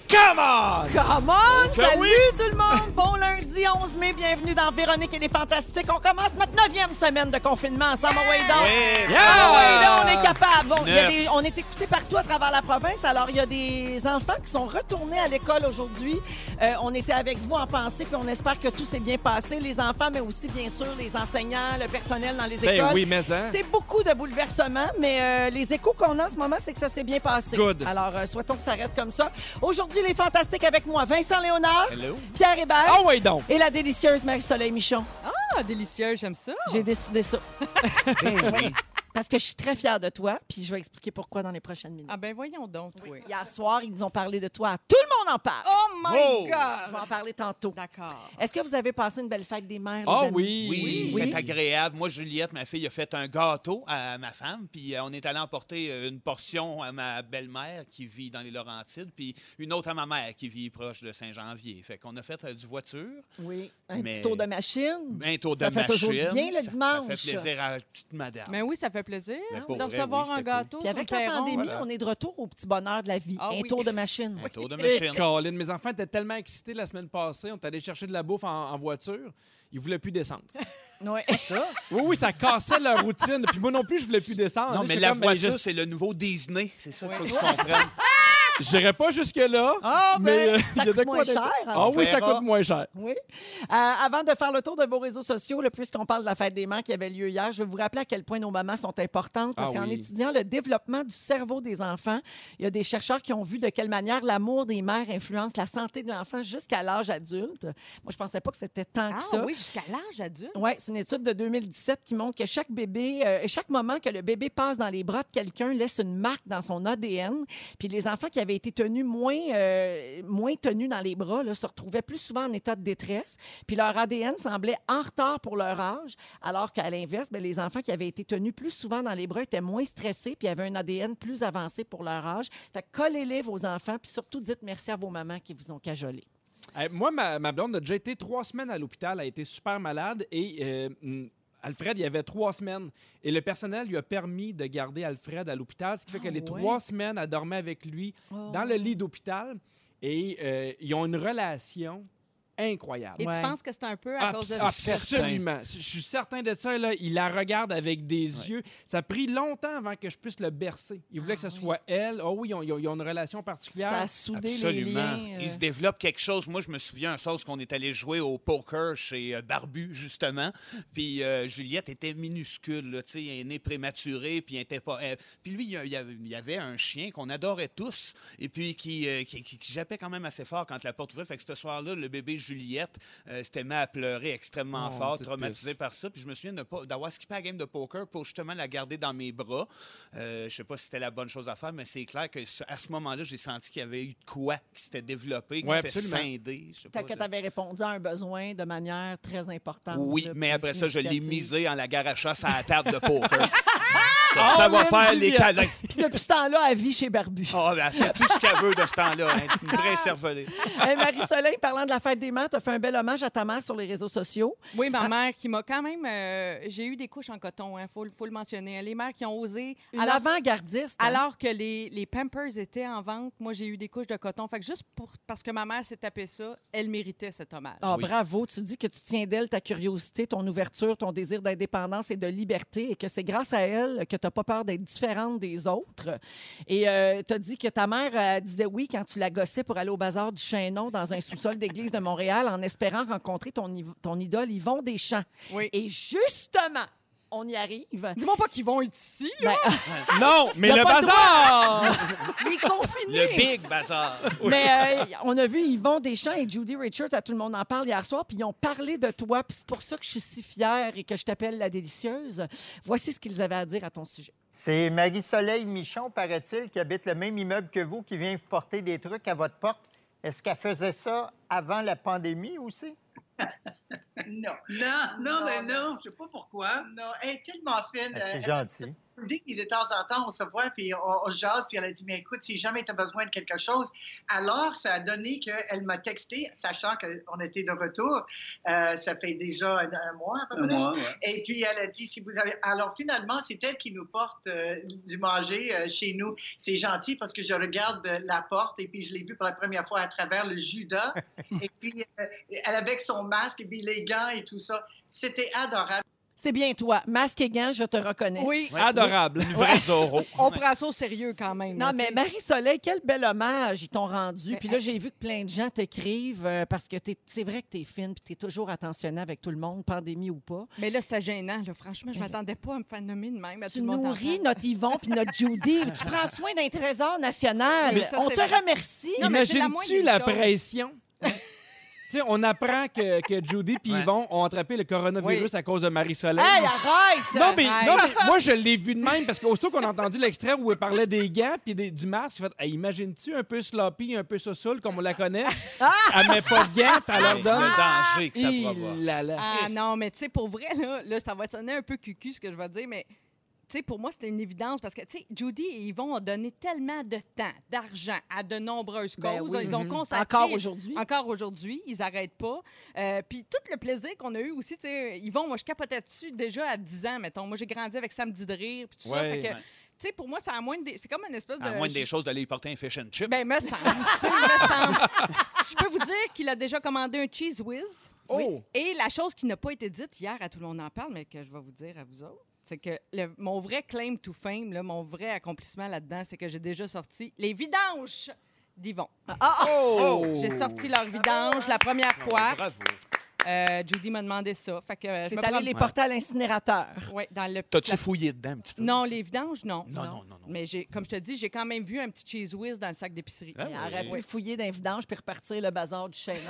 Come on! Come on! Okay, Salut oui. tout le monde! Bon lundi 11 mai, bienvenue dans Véronique et les Fantastiques. On commence notre 9e semaine de confinement ensemble. Away down! Oui. Away down, on est capable. Bon, Neuf. on est écoutés partout à travers la province. Alors, il y a des enfants qui sont retournés à l'école aujourd'hui. On était avec vous en pensée, puis on espère que tout s'est bien passé. Les enfants, mais aussi, bien sûr, les enseignants, le personnel dans les écoles. Ben oui, mais hein? C'est beaucoup de bouleversements, mais les échos qu'on a en ce moment, c'est que ça s'est bien passé. Good. Alors, souhaitons que ça reste comme ça. Aujourd'hui, les Fantastiques avec moi, Vincent Léonard, Hello. Pierre Hébert Ah ouais donc! et la délicieuse Marie-Soleil Michon. Ah, délicieux, j'aime ça. J'ai décidé ça Ben oui. parce que je suis très fière de toi, puis je vais expliquer pourquoi dans les prochaines minutes. Ah ben voyons donc, oui. Hier soir, ils nous ont parlé de toi. Tout le monde en parle. Oh my Oh! Je vais God! en parler tantôt. D'accord. Est-ce que vous avez passé une belle fête des mères, les Ah amis? oui! Oui, c'était agréable. Moi, Juliette, ma fille, a fait un gâteau à ma femme, puis on est allé emporter une portion à ma belle-mère qui vit dans les Laurentides, puis une autre à ma mère qui vit proche de Saint-Janvier. Fait qu'on a fait du voiture, Oui. Un Mais- petit tour de machine. un tour de Ça fait machine. toujours du bien le Ça dimanche. fait plaisir à la petite madame. Mais oui, ça fait plaisir Mais de pour vrai, recevoir oui, un c'était gâteau. Puis avec sur le la perron. pandémie, voilà. on est de retour au petit bonheur de la vie. Ah un oui. tour de machine. Un tour de machine. Colin, mes enfants étaient tellement excités la semaine passée. On est allé chercher de la bouffe en voiture. Ils voulaient plus descendre. Ouais. C'est ça? Oui, ça cassait leur routine. Puis moi non plus, je voulais plus descendre. Non, Là, mais j'étais la comme, ben, voiture, c'est le nouveau Disney. C'est ça qu'il faut que tu comprennes. J'irais pas jusque-là. Ah, mais ben, il y a de coûte quoi moins d'être- cher, hein? Ah oui, ça On verra. coûte moins cher. Oui. Avant de faire le tour de vos réseaux sociaux, là, puisqu'on parle de la fête des mères qui avait lieu hier, je vais vous rappeler à quel point nos mamans sont importantes parce Ah qu'en oui. étudiant le développement du cerveau des enfants, il y a des chercheurs qui ont vu de quelle manière l'amour des mères influence la santé de l'enfant jusqu'à l'âge adulte. Moi, je pensais pas que c'était tant que Ah ça. oui, jusqu'à l'âge adulte. Oui, c'est une étude de 2017 qui montre que chaque bébé, chaque moment que le bébé passe dans les bras de quelqu'un laisse une marque dans son ADN. Puis les enfants qui avaient été tenus moins tenus dans les bras là, se retrouvaient plus souvent en état de détresse. Puis leur ADN semblait en retard pour leur âge, alors qu'à l'inverse, ben, les enfants qui avaient été tenus plus souvent dans les bras étaient moins stressés puis avaient un ADN plus avancé pour leur âge. Fait que collez-les vos enfants, puis surtout dites merci à vos mamans qui vous ont cajolé. Moi, ma blonde a déjà été 3 semaines à l'hôpital. Elle a été super malade et Alfred, il y avait 3 semaines. Et le personnel lui a permis de garder Alfred à l'hôpital, ce qui fait que les 3 semaines, elle dormait avec lui dans le lit d'hôpital. Et ils ont une relation incroyable. Et Ouais. tu penses que c'est un peu à cause de ça? Absolument. Je suis certain de ça. Là. Il la regarde avec des yeux. Ça a pris longtemps avant que je puisse le bercer. Il voulait que ce soit elle. Oh oui, ils ont une relation particulière. Ça a soudé les Absolument. liens. Il se développe quelque chose. Moi, je me souviens un soir qu'on est allé jouer au poker chez Barbu, justement. Puis Juliette était minuscule, là, tu sais, elle est née prématurée, puis elle était pas. Puis lui, il y avait un chien qu'on adorait tous, et puis qui jappait quand même assez fort quand la porte ouvrait. Fait que ce soir-là, le bébé Juliette s'était mis à pleurer extrêmement Oh, fort, petite traumatisé puce. par ça. Puis je me souviens d'avoir skippé la game de poker pour justement la garder dans mes bras. Je sais pas si c'était la bonne chose à faire, mais c'est clair que à ce moment-là, j'ai senti qu'il y avait eu de quoi qui s'était développé, qui Ouais, s'était absolument. scindé. Je sais Fait pas, que tu avais répondu à un besoin de manière très importante. oui, là, mais puis après ça, je l'ai significative. misé en la garachasse à la table de poker. Ça va faire les Juliette. câlins. Puis depuis ce temps-là, elle vit chez Barbu. Oh, ben, elle fait tout ce qu'elle veut de ce temps-là. Hein. Une vraie cervelée. Hey, Marie-Soleil, parlant de la fête des mères, tu as fait un bel hommage à ta mère sur les réseaux sociaux. Oui, ma mère qui m'a quand même... j'ai eu des couches en coton, il faut le mentionner. Les mères qui ont osé... Une avant-gardiste. hein? Alors que les Pampers étaient en vente, moi, j'ai eu des couches de coton. Fait que juste parce que ma mère s'est tapé ça, elle méritait cet hommage. Ah, Oui. bravo. Tu dis que tu tiens d'elle ta curiosité, ton ouverture, ton désir d'indépendance et de liberté et que c'est grâce à elle que tu n'as pas peur d'être différente des autres. Et tu as dit que ta mère disait oui quand tu la gossais pour aller au bazar du Chaînon dans un sous-sol d'église de Montréal en espérant rencontrer ton idole Yvon Deschamps. Oui. Et justement, on y arrive. Dis-moi pas qu'ils vont être ici, là! Ben, Non, mais Y a le pas de bazar! il est confiné. Le Big Bazar. Mais on a vu Yvon Deschamps et Judy Richards, à Tout le monde en parle hier soir, puis ils ont parlé de toi, puis c'est pour ça que je suis si fière et que je t'appelle la délicieuse. Voici ce qu'ils avaient à dire à ton sujet. C'est Marie-Soleil Michon, paraît-il, qui habite le même immeuble que vous, qui vient vous porter des trucs à votre porte. Est-ce qu'elle faisait ça avant la pandémie aussi? Non, je sais pas pourquoi. Non, elle est tellement fine. Ah, c'est gentil. me dit que de temps en temps, on se voit, puis on jase, puis elle a dit, mais écoute, si jamais tu as besoin de quelque chose. Alors, ça a donné qu'elle m'a texté, sachant qu'on était de retour. Ça fait déjà un mois, à peu près. Ouais. Et puis, elle a dit, si vous avez... Alors, finalement, c'est elle qui nous porte du manger chez nous. C'est gentil parce que je regarde la porte et puis je l'ai vue pour la première fois à travers le Judas. Et puis, elle avec son masque et puis les gants et tout ça. C'était adorable. C'est bien toi. Masque et gants, je te reconnais. Oui. Adorable. Une vraie Zorro. On prend ça au sérieux quand même. Non, là, mais tu sais. Marie-Soleil, quel bel hommage ils t'ont rendu. Puis là, j'ai vu que plein de gens t'écrivent parce que c'est vrai que t'es fine puis t'es toujours attentionnée avec tout le monde, pandémie ou pas. Mais là, c'était gênant. Là. Franchement, je m'attendais pas à me faire nommer de même. À Tu tout le monde nourris t'entend. notre Yvon puis notre Judy. Tu prends soin d'un trésor national. Mais ça, On c'est te vrai. remercie. Non, mais c'est la moindre Imagines-tu des la choses. pression? Tu sais, on apprend que Judy et Ouais. Yvon ont attrapé le coronavirus à cause de Marie-Soleil. Hey, arrête! Non mais Arrête. moi, je l'ai vu de même parce qu'aussitôt qu'on a entendu l'extrait où elle parlait des gants puis du masque, j'ai fait hey, imagines-tu un peu sloppy, un peu sosoule comme on la connaît? Elle met pas de gants, puis elle leur donne. Le danger que ça Hi provoque. là là. Ah non, mais tu sais, pour vrai, là, ça va sonner un peu cucu ce que je vais dire, mais tu sais, pour moi, c'était une évidence parce que, tu sais, Judy et Yvon ont donné tellement de temps, d'argent à de nombreuses Ben causes. oui. Ils ont consacré... Encore aujourd'hui. Encore aujourd'hui, ils n'arrêtent pas. Puis tout le plaisir qu'on a eu aussi, tu sais, Yvon, moi, je capotais dessus déjà à 10 ans, mettons. Moi, j'ai grandi avec Samedi de rire, puis tout ça. Ouais. Fait que, Ouais. tu sais, pour moi, c'est à moins c'est comme une espèce de... À moins des choses d'aller y porter un fish and chip. Ben, me semble. Tu sais, me semble. Je peux vous dire qu'il a déjà commandé un Cheese Whiz. Oh! Et la chose qui n'a pas été dite hier, à tout le monde en parle, mais que je vais vous dire à vous autres, c'est que mon vrai claim to fame, là, mon vrai accomplissement là-dedans, c'est que j'ai déjà sorti les vidanges d'Yvon. Oh! J'ai sorti leurs vidanges la première fois. Bravo. Judy m'a demandé ça. Fait que je T'es me allé prends... les porter à l'incinérateur. Ouais, dans le T'as-tu fouillé dedans un petit peu? Non, les vidanges, non. Non. Mais comme je te dis, j'ai quand même vu un petit cheese whiz dans le sac d'épicerie. Ah, Il aurait oui. pu fouiller dans les vidanges puis repartir le bazar du chaînon.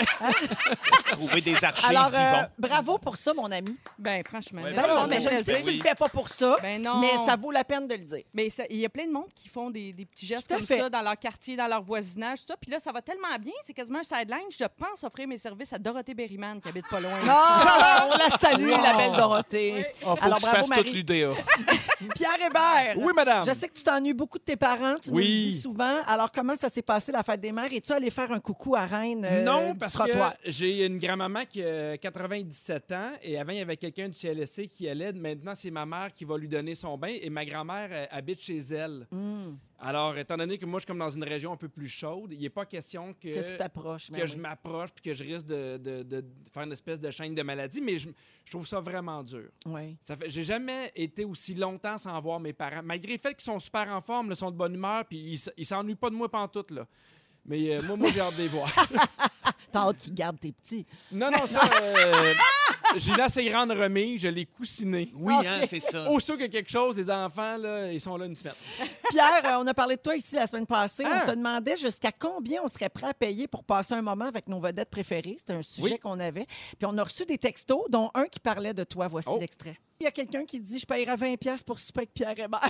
Trouver des archives Alors, d'Yvon. bravo pour ça, mon ami. Ben, franchement. Ouais, là, Ben bravo. non, mais je le sais, Ben tu oui. le fais pas pour ça, Ben non. mais ça vaut la peine de le dire. Mais il y a plein de monde qui font des petits gestes Tout à comme fait. ça dans leur quartier, dans leur voisinage, tout ça. Puis là, ça va tellement bien, c'est quasiment un sideline. Je pense offrir mes services à Dorothée Berryman, qui habite pas loin. Ah, on la salue, Wow. la belle Dorothée. Ah, faut Alors, que je bravo, fasse toute Marie. l'UDA. Pierre Hébert. Oui, madame. Je sais que tu t'ennuies beaucoup de tes parents, tu nous le Oui. dis souvent. Alors, comment ça s'est passé, la fête des mères? Es-tu allé faire un coucou à Reine Non, du parce trottoir? que j'ai une grand-maman qui a 97 ans et avant, il y avait quelqu'un du CLSC qui allait. Maintenant, c'est ma mère qui va lui donner son bain et ma grand-mère habite chez elle. Hmm, Alors, étant donné que moi, je suis comme dans une région un peu plus chaude, il n'est pas question que tu t'approches. que ben je oui. m'approche puis que je risque de faire une espèce de chaîne de maladie, mais je trouve ça vraiment dur. Oui. J'ai jamais été aussi longtemps sans voir mes parents. Malgré le fait qu'ils sont super en forme, là, sont de bonne humeur, puis ils s'ennuient pas de moi pantoute, là. Mais moi, j'ai hâte de les voir. T'as hâte qu'ils gardent tes petits. Non, ça, j'ai une assez grande remise, je l'ai coussiné. Oui, Ok. hein, c'est ça. Aussitôt qu'il y a quelque chose, les enfants, là, ils sont là une semaine. Pierre, on a parlé de toi ici la semaine passée. Ah. On se demandait jusqu'à combien on serait prêt à payer pour passer un moment avec nos vedettes préférées. C'était un sujet Oui. qu'on avait. Puis on a reçu des textos, dont un qui parlait de toi. Voici Oh. l'extrait. Il y a quelqu'un qui dit « Je paierai 20$ pour souper avec Pierre Hébert.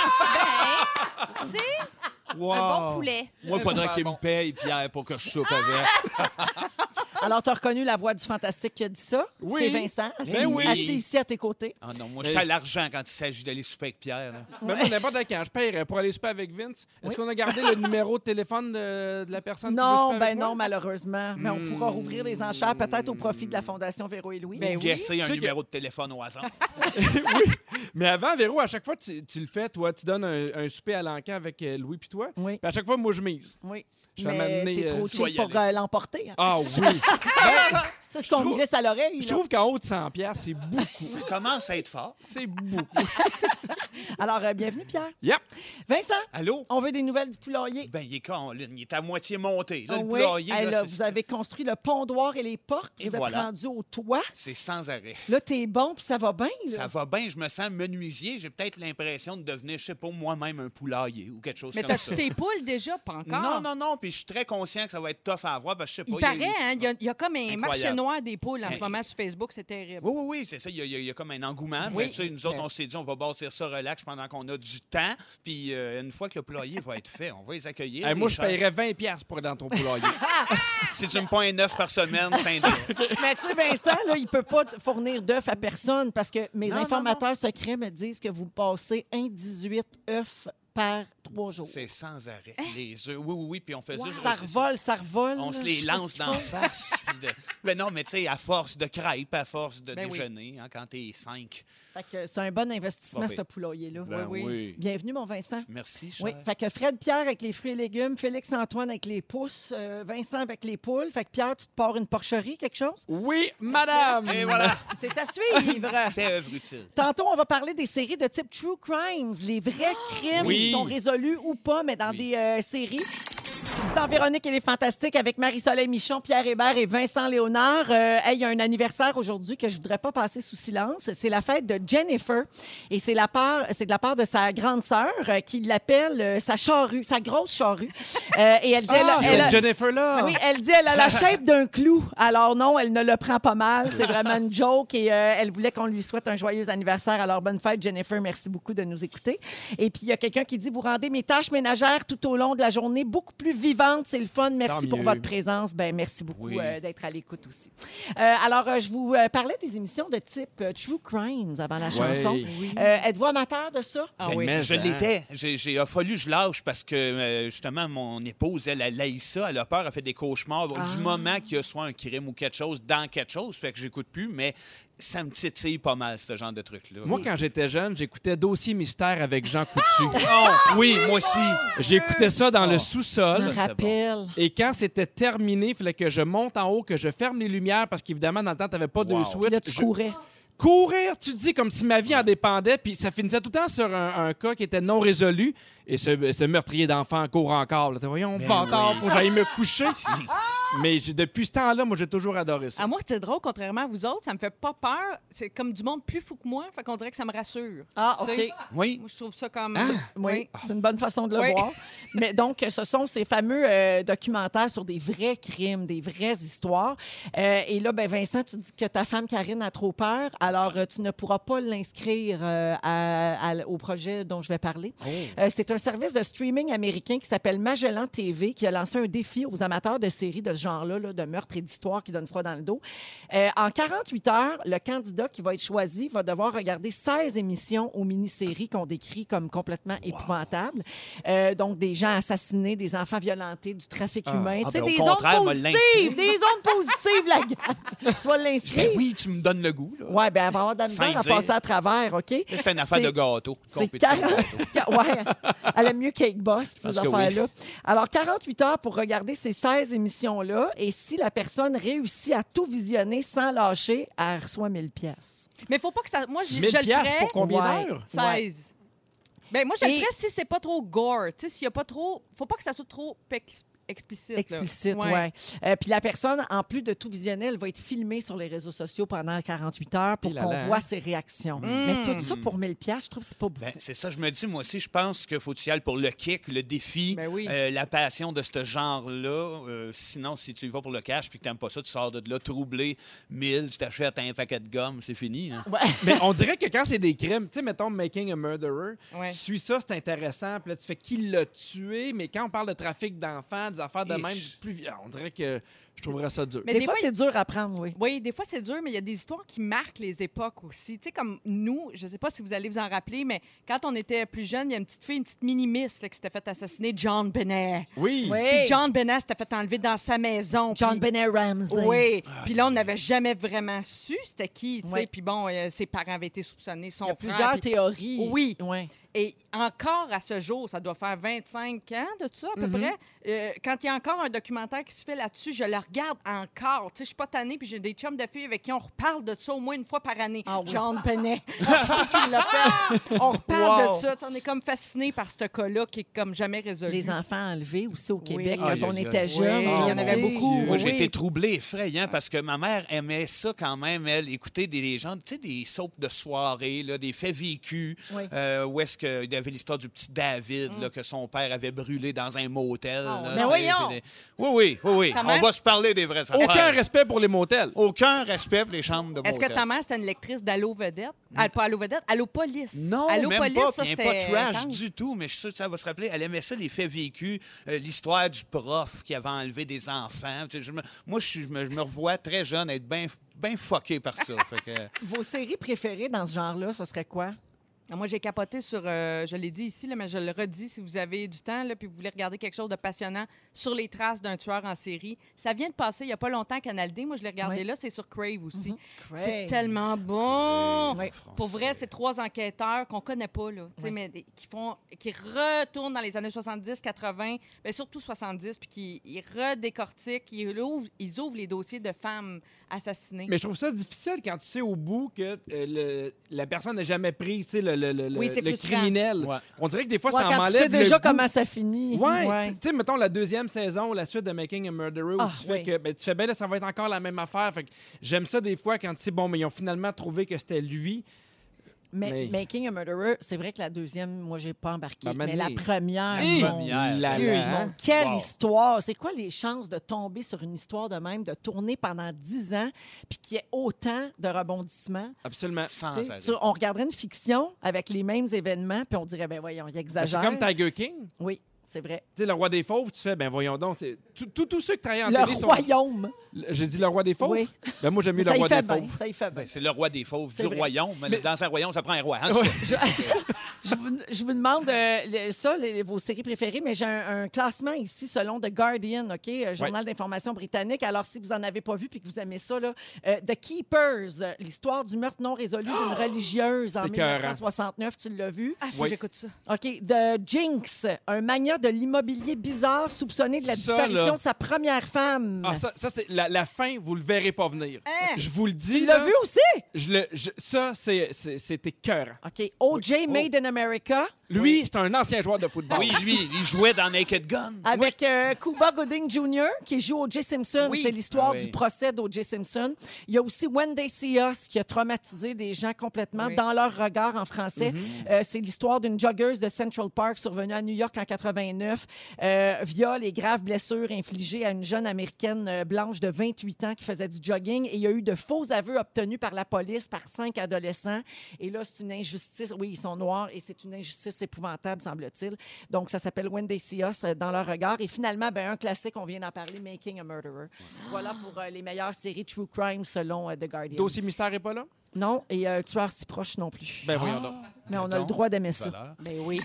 Ben, tu sais, Wow. un bon poulet. Moi, il faudrait qu'il me paye, Pierre, pour que je soupe avec. » Alors, tu as reconnu la voix du fantastique qui a dit ça? Oui. C'est Vincent, assis, Ben oui. assis ici à tes côtés. Ah non, moi, je suis à l'argent quand il s'agit d'aller souper avec Pierre. là. Mais moi, n'importe quand, je paierais pour aller souper avec Vince. Est-ce Oui. qu'on a gardé le numéro de téléphone de la personne qui veut Non, souper avec ben moi? non, malheureusement. Mais on pourra rouvrir les enchères peut-être au profit de la Fondation Véro et Louis. Ben oui. Guesser un Ceux qui- numéro de téléphone au hasard. Mais avant, Véro, à chaque fois, tu le fais, toi, tu donnes un souper à l'encan avec Louis puis toi. Oui, Puis à chaque fois, moi, je mise. oui. Je vais Mais m'amener, t'es trop tu vas cheap y pour aller. l'emporter. hein. Ah oui! Ça, c'est qu'on me trouve- glisse à l'oreille. Je là. trouve qu'en haut de 100$, c'est beaucoup. Ça commence à être fort. C'est beaucoup. Alors, bienvenue, Pierre. Yep! Vincent, Allô? on veut des nouvelles du poulailler. Ben, il est con, là. Il est à moitié monté. Là, Ah le oui. poulailler, Hey, là, là, c'est- vous avez construit le pondoir et les portes. Et Vous êtes voilà. rendu au toit. c'est sans arrêt. Là, t'es bon, puis ça va bien. là. Ça va bien, je me sens menuisier. J'ai peut-être l'impression de devenir, je sais pas, moi-même un poulailler ou quelque chose Mais comme t'as-tu ça. tes poules déjà? Pas encore. Non, puis je suis très conscient que ça va être tough à avoir parce que je sais pas. Il paraît, hein, il y a comme un Incroyable. marché noir avoir des poules en ce moment sur Facebook, c'est terrible. Oui, c'est ça. Il y a comme un engouement. Oui. Mais, tu sais, nous autres, on s'est dit, on va bâtir ça relax pendant qu'on a du temps. Puis une fois que le poulailler va être fait, on va les accueillir. Moi, je paierais 20$ pour aller dans ton poulailler. Si tu me pognes 9 par semaine, c'est un deal. Mais tu sais, Vincent, là, il ne peut pas fournir d'œufs à personne parce que mes Non, informateurs secrets me disent que vous passez 18 œufs par 3 jours. C'est sans arrêt. Les œufs. Oui. Puis on fait Ça revole. On là, se je les sais pas lance ce qu'ils d'en font. face. Mais non, mais tu sais, à force de crêpes, à force de Ben oui. déjeuner, quand t'es 5. Fait que c'est un bon investissement, Pas ce pire. poulailler-là. Ben oui. Bienvenue, mon Vincent. Merci, cher. Oui, fait que Fred Pierre avec les fruits et légumes, Félix-Antoine avec les pousses, Vincent avec les poules. Fait que Pierre, tu te pars une porcherie, quelque chose? Oui, madame! Et voilà. C'est à suivre. Fait œuvre utile. Tantôt, on va parler des séries de type True Crimes, les vrais crimes Oui. qui sont résolus ou pas, mais dans Oui. des séries. Dans Véronique, elle est fantastique avec Marie-Soleil Michon, Pierre Hébert et Vincent Léonard. Il y a un anniversaire aujourd'hui que je ne voudrais pas passer sous silence. C'est la fête de Jennifer et c'est de la part de sa grande sœur qui l'appelle sa charrue, sa grosse charrue. Et elle dit, Cette Jennifer-là! oui, elle dit elle a la shape d'un clou. Alors non, elle ne le prend pas mal. C'est vraiment une joke et elle voulait qu'on lui souhaite un joyeux anniversaire. Alors bonne fête, Jennifer. Merci beaucoup de nous écouter. Et puis il y a quelqu'un qui dit vous rendez mes tâches ménagères tout au long de la journée beaucoup plus vivantes. C'est le fun. Merci Tant pour mieux. votre présence. Ben merci beaucoup Oui. d'être à l'écoute aussi. Je vous parlais des émissions de type True Crimes avant la chanson. Oui. Êtes-vous amateur de ça? Ah Ben, oui. mais, Je hein. l'étais. Il a fallu que je lâche parce que, justement, mon épouse, elle haït ça. Elle a peur, elle fait des cauchemars du moment qu'il y a soit un crime ou quelque chose dans quelque chose. Fait que j'écoute plus, mais ça me titille pas mal, ce genre de truc-là. Moi, quand j'étais jeune, j'écoutais Dossier mystère avec Jean Coutu. Oui, moi aussi. J'écoutais ça dans le sous-sol. Je me c'est rappelle. Et quand c'était terminé, il fallait que je monte en haut, que je ferme les lumières parce qu'évidemment, dans le temps, tu n'avais pas de Wow. switch. Là, tu courais. Courir, tu dis, comme si ma vie en dépendait, puis ça finissait tout le temps sur un cas qui était non résolu. Et ce meurtrier d'enfant court encore. Là. Voyons, bâtard, faut que j'aille me coucher. Mais depuis ce temps-là, moi, j'ai toujours adoré ça. À moi, c'est drôle, contrairement à vous autres, ça me fait pas peur. C'est comme du monde plus fou que moi, fait qu'on dirait que ça me rassure. Ah, Tu OK. sais, Oui. Moi, je trouve ça comme... Oui, c'est une bonne façon de le Oui. voir. Mais donc, ce sont ces fameux documentaires sur des vrais crimes, des vraies histoires. Et là, ben, Vincent, tu dis que ta femme Karine a trop peur, alors tu ne pourras pas l'inscrire au projet dont je vais parler. C'est un service de streaming américain qui s'appelle Magellan TV qui a lancé un défi aux amateurs de séries de ce genre-là, là, de meurtres et d'histoires qui donnent froid dans le dos. En 48 heures, le candidat qui va être choisi va devoir regarder 16 émissions aux mini-séries qu'on décrit comme complètement épouvantables. Donc, des gens assassinés, des enfants violentés, du trafic humain. Tu sais, ben, au des contraire, ondes moi, positives! l'inscrire. Des ondes positives, la gamme! Tu vas l'inscrire? Ben oui, tu me donnes le goût. Là. Oui, bien, elle va avoir de la misère à Sans dire. passer à travers, OK? C'est une affaire C'est- de gâteau. C'est Compétition de 40... gâteau. ouais, elle aime mieux Cake Boss, puis ces Parce que affaires-là. Alors, 48 heures pour regarder ces 16 émissions-là. Et si la personne réussit à tout visionner sans lâcher, elle reçoit 1000 pièces. Mais faut pas que ça... Moi, je 1000 le piastres ferais... pour combien Ouais. d'heures? 16. Ben, moi, je le Et- ferais si c'est pas trop gore. Tu sais, s'il y a pas trop... Faut pas que ça soit trop explicite. là. Explicite, Ouais. oui. Puis la personne, en plus de tout visionner, elle va être filmée sur les réseaux sociaux pendant 48 heures pour Et là qu'on là. voit ses réactions. Mais tout ça pour 1000 pièces, je trouve que c'est pas beaucoup. Ben, c'est ça, je me dis, moi aussi, je pense qu'il faut y aller pour le kick, le défi, Ben oui. la passion de ce genre-là. Sinon, si tu y vas pour le cash puis que tu n'aimes pas ça, tu sors de là troublé, 1000, tu t'achètes un paquet de gomme, c'est fini. Hein? Ouais. Mais on dirait que quand c'est des crimes, tu sais, mettons Making a Murderer, Ouais. tu suis ça, c'est intéressant. Puis là, tu fais qui l'a tué. Mais quand on parle de trafic d'enfants, des affaires de Ich. même, on dirait que je trouverais ça dur. Mais Des des fois, fois, c'est dur à prendre, oui. Oui, des fois, c'est dur, mais il y a des histoires qui marquent les époques aussi. Tu sais, comme nous, je ne sais pas si vous allez vous en rappeler, mais quand on était plus jeune, il y a une petite fille, une petite mini-miss là, qui s'était fait assassiner, John Benet. Oui. Oui. Puis John Benet s'était fait enlever dans sa maison. John puis- Benet Ramsey. Oui. Puis là, on n'avait jamais vraiment su c'était qui, tu sais. Ouais. Puis bon, ses parents avaient été soupçonnés, son Il y a frère. plusieurs puis- théories. Oui. Ouais. Et encore à ce jour, ça doit faire 25 ans de ça, à peu près. Quand il y a encore un documentaire qui se fait là-dessus, je le regarde encore. Tu sais, je suis pas tannée, puis j'ai des chums de filles avec qui on reparle de ça au moins une fois par année. Ah oui. John Benet. Qui l'a fait. On reparle Wow. de ça. On est comme fascinés par ce cas-là qui est comme jamais résolu. Les enfants enlevés aussi au Québec Oui. quand on Aïe, aïe, était aïe. jeunes. Oui, il y en avait tu sais. beaucoup. Moi, j'ai Oui. été troublé, effrayant, parce que ma mère aimait ça quand même, elle, écouter des gens, tu sais, des soaps de soirée, là, des faits vécus, Oui. où est-ce qu'il y avait l'histoire du petit David, là, que son père avait brûlé dans un motel. Ah, là, mais tu sais, voyons! puis Oui. Ta On mère? va se parler parler des vraies affaires. Aucun respect pour les motels. Aucun respect pour les chambres de Est-ce motel. que ta mère, c'était une lectrice d'Allo Vedette? Pas Allo Vedette, Allo Police. Non, Allo même Police, pas. ça, Puis elle c'était n'est pas trash intense. du tout, mais je suis sûr que ça va se rappeler. Elle aimait ça, les faits vécus, l'histoire du prof qui avait enlevé des enfants. Moi, je me revois très jeune être bien fucké par ça. Fait que... Vos séries préférées dans ce genre-là, ce serait quoi? Moi, j'ai capoté sur, je l'ai dit ici, là, mais je le redis, si vous avez du temps, là, puis vous voulez regarder quelque chose de passionnant sur les traces d'un tueur en série. Ça vient de passer il n'y a pas longtemps à Canal D. Moi, je l'ai regardé là, c'est sur Crave aussi. Crave. C'est tellement bon! Oui. Pour vrai, c'est 3 enquêteurs qu'on connaît pas, là, mais qui retournent dans les années 70, 80, bien, surtout 70, puis qui ils redécortiquent, ils ouvrent les dossiers de femmes assassinées. Mais je trouve ça difficile quand tu sais au bout que la personne n'est jamais prise, tu sais, Oui, c'est le frustrant. criminel. Ouais. On dirait que des fois, Ouais, ça quand tu m'enlève sais déjà le goût. comment ça finit. Ouais, tu sais, mettons la 2e saison, la suite de Making a Murderer, où Ah, tu fais oui. que tu fais bien là, ça va être encore la même affaire. Fait que j'aime ça des fois quand tu sais, bon, mais ils ont finalement trouvé que c'était lui. Mais- Making a Murderer, c'est vrai que la 2e, moi, j'ai pas embarqué. Ben, mais la mané. première, Hey! mon Première, Dieu, là, hein? quelle Wow. histoire! C'est quoi les chances de tomber sur une histoire de même, de tourner pendant 10 ans, puis qu'il y ait autant de rebondissements? Absolument. Sans Tu sais, arrêt. on regarderait une fiction avec les mêmes événements, puis on dirait, ben voyons, il Ben, exagère. c'est comme Tiger King. Oui, c'est vrai. Tu sais, le roi des fauves, tu fais, ben voyons donc. Tous ceux qui travaillent en Le télé sont. royaume. J'ai dit le roi des fauves? Oui. Ben moi, j'aime mieux le Ça y roi fait des bien, fauves. ça y fait bien. Ben, c'est le roi des fauves C'est du vrai. royaume. Mais dans un royaume, ça prend un roi. Hein, Ouais. Je vous demande vos séries préférées, mais j'ai un classement ici selon The Guardian, OK? Journal d'information britannique. Alors, si vous n'en avez pas vu puis que vous aimez ça, là, The Keepers, l'histoire du meurtre non résolu d'une religieuse en C'est écœurant. 1969, tu l'as vu? Ah, faut que j'écoute ça. OK. The Jinx, un magnat de l'immobilier bizarre soupçonné de la Ça, disparition là. de sa première femme. Ah, ça c'est la fin, vous le verrez pas venir. Hein? Je vous le dis. Tu l'as là, vu aussi? Ça, c'était cœur. OK. O.J. Made in America. Lui, c'est un ancien joueur de football. Oui, lui, il jouait dans Naked Gun. Avec Cuba Gooding Jr., qui joue O.J. Simpson. Oui. C'est l'histoire Ah oui. du procès d'O.J. Simpson. Il y a aussi When They See Us, qui a traumatisé des gens complètement Oui. dans leur regard en français. C'est l'histoire d'une joggeuse de Central Park survenue à New York en 89, viol et graves blessures infligées à une jeune Américaine blanche de 28 ans qui faisait du jogging. Et il y a eu de faux aveux obtenus par la police par 5 adolescents. Et là, c'est une injustice. Oui, ils sont noirs et c'est une injustice épouvantable, semble-t-il. Donc, ça s'appelle When They See Us, dans leur regard. Et finalement, ben, un classique, on vient d'en parler, Making a Murderer. Voilà pour les meilleures séries True Crime selon The Guardian. Dossier mystère est pas là? Non, et Tueur si proche non plus. Ben voyons donc. Mais on a le droit d'aimer ça. Valeur. Ben oui.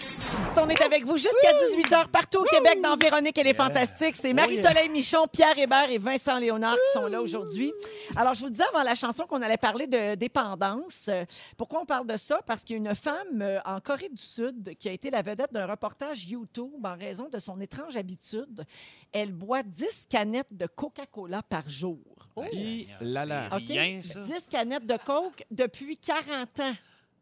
On est avec vous jusqu'à 18h partout au Québec dans Véronique et les Fantastiques. C'est Marie-Soleil Michon, Pierre Hébert et Vincent Léonard qui sont là aujourd'hui. Alors, je vous le disais avant la chanson qu'on allait parler de dépendance. Pourquoi on parle de ça? Parce qu'il y a une femme en Corée du Sud qui a été la vedette d'un reportage YouTube en raison de son étrange habitude. Elle boit 10 canettes de Coca-Cola par jour. Ben, Hi, c'est là, là. OK? rien, ça. 10 canettes de Coke depuis 40 ans.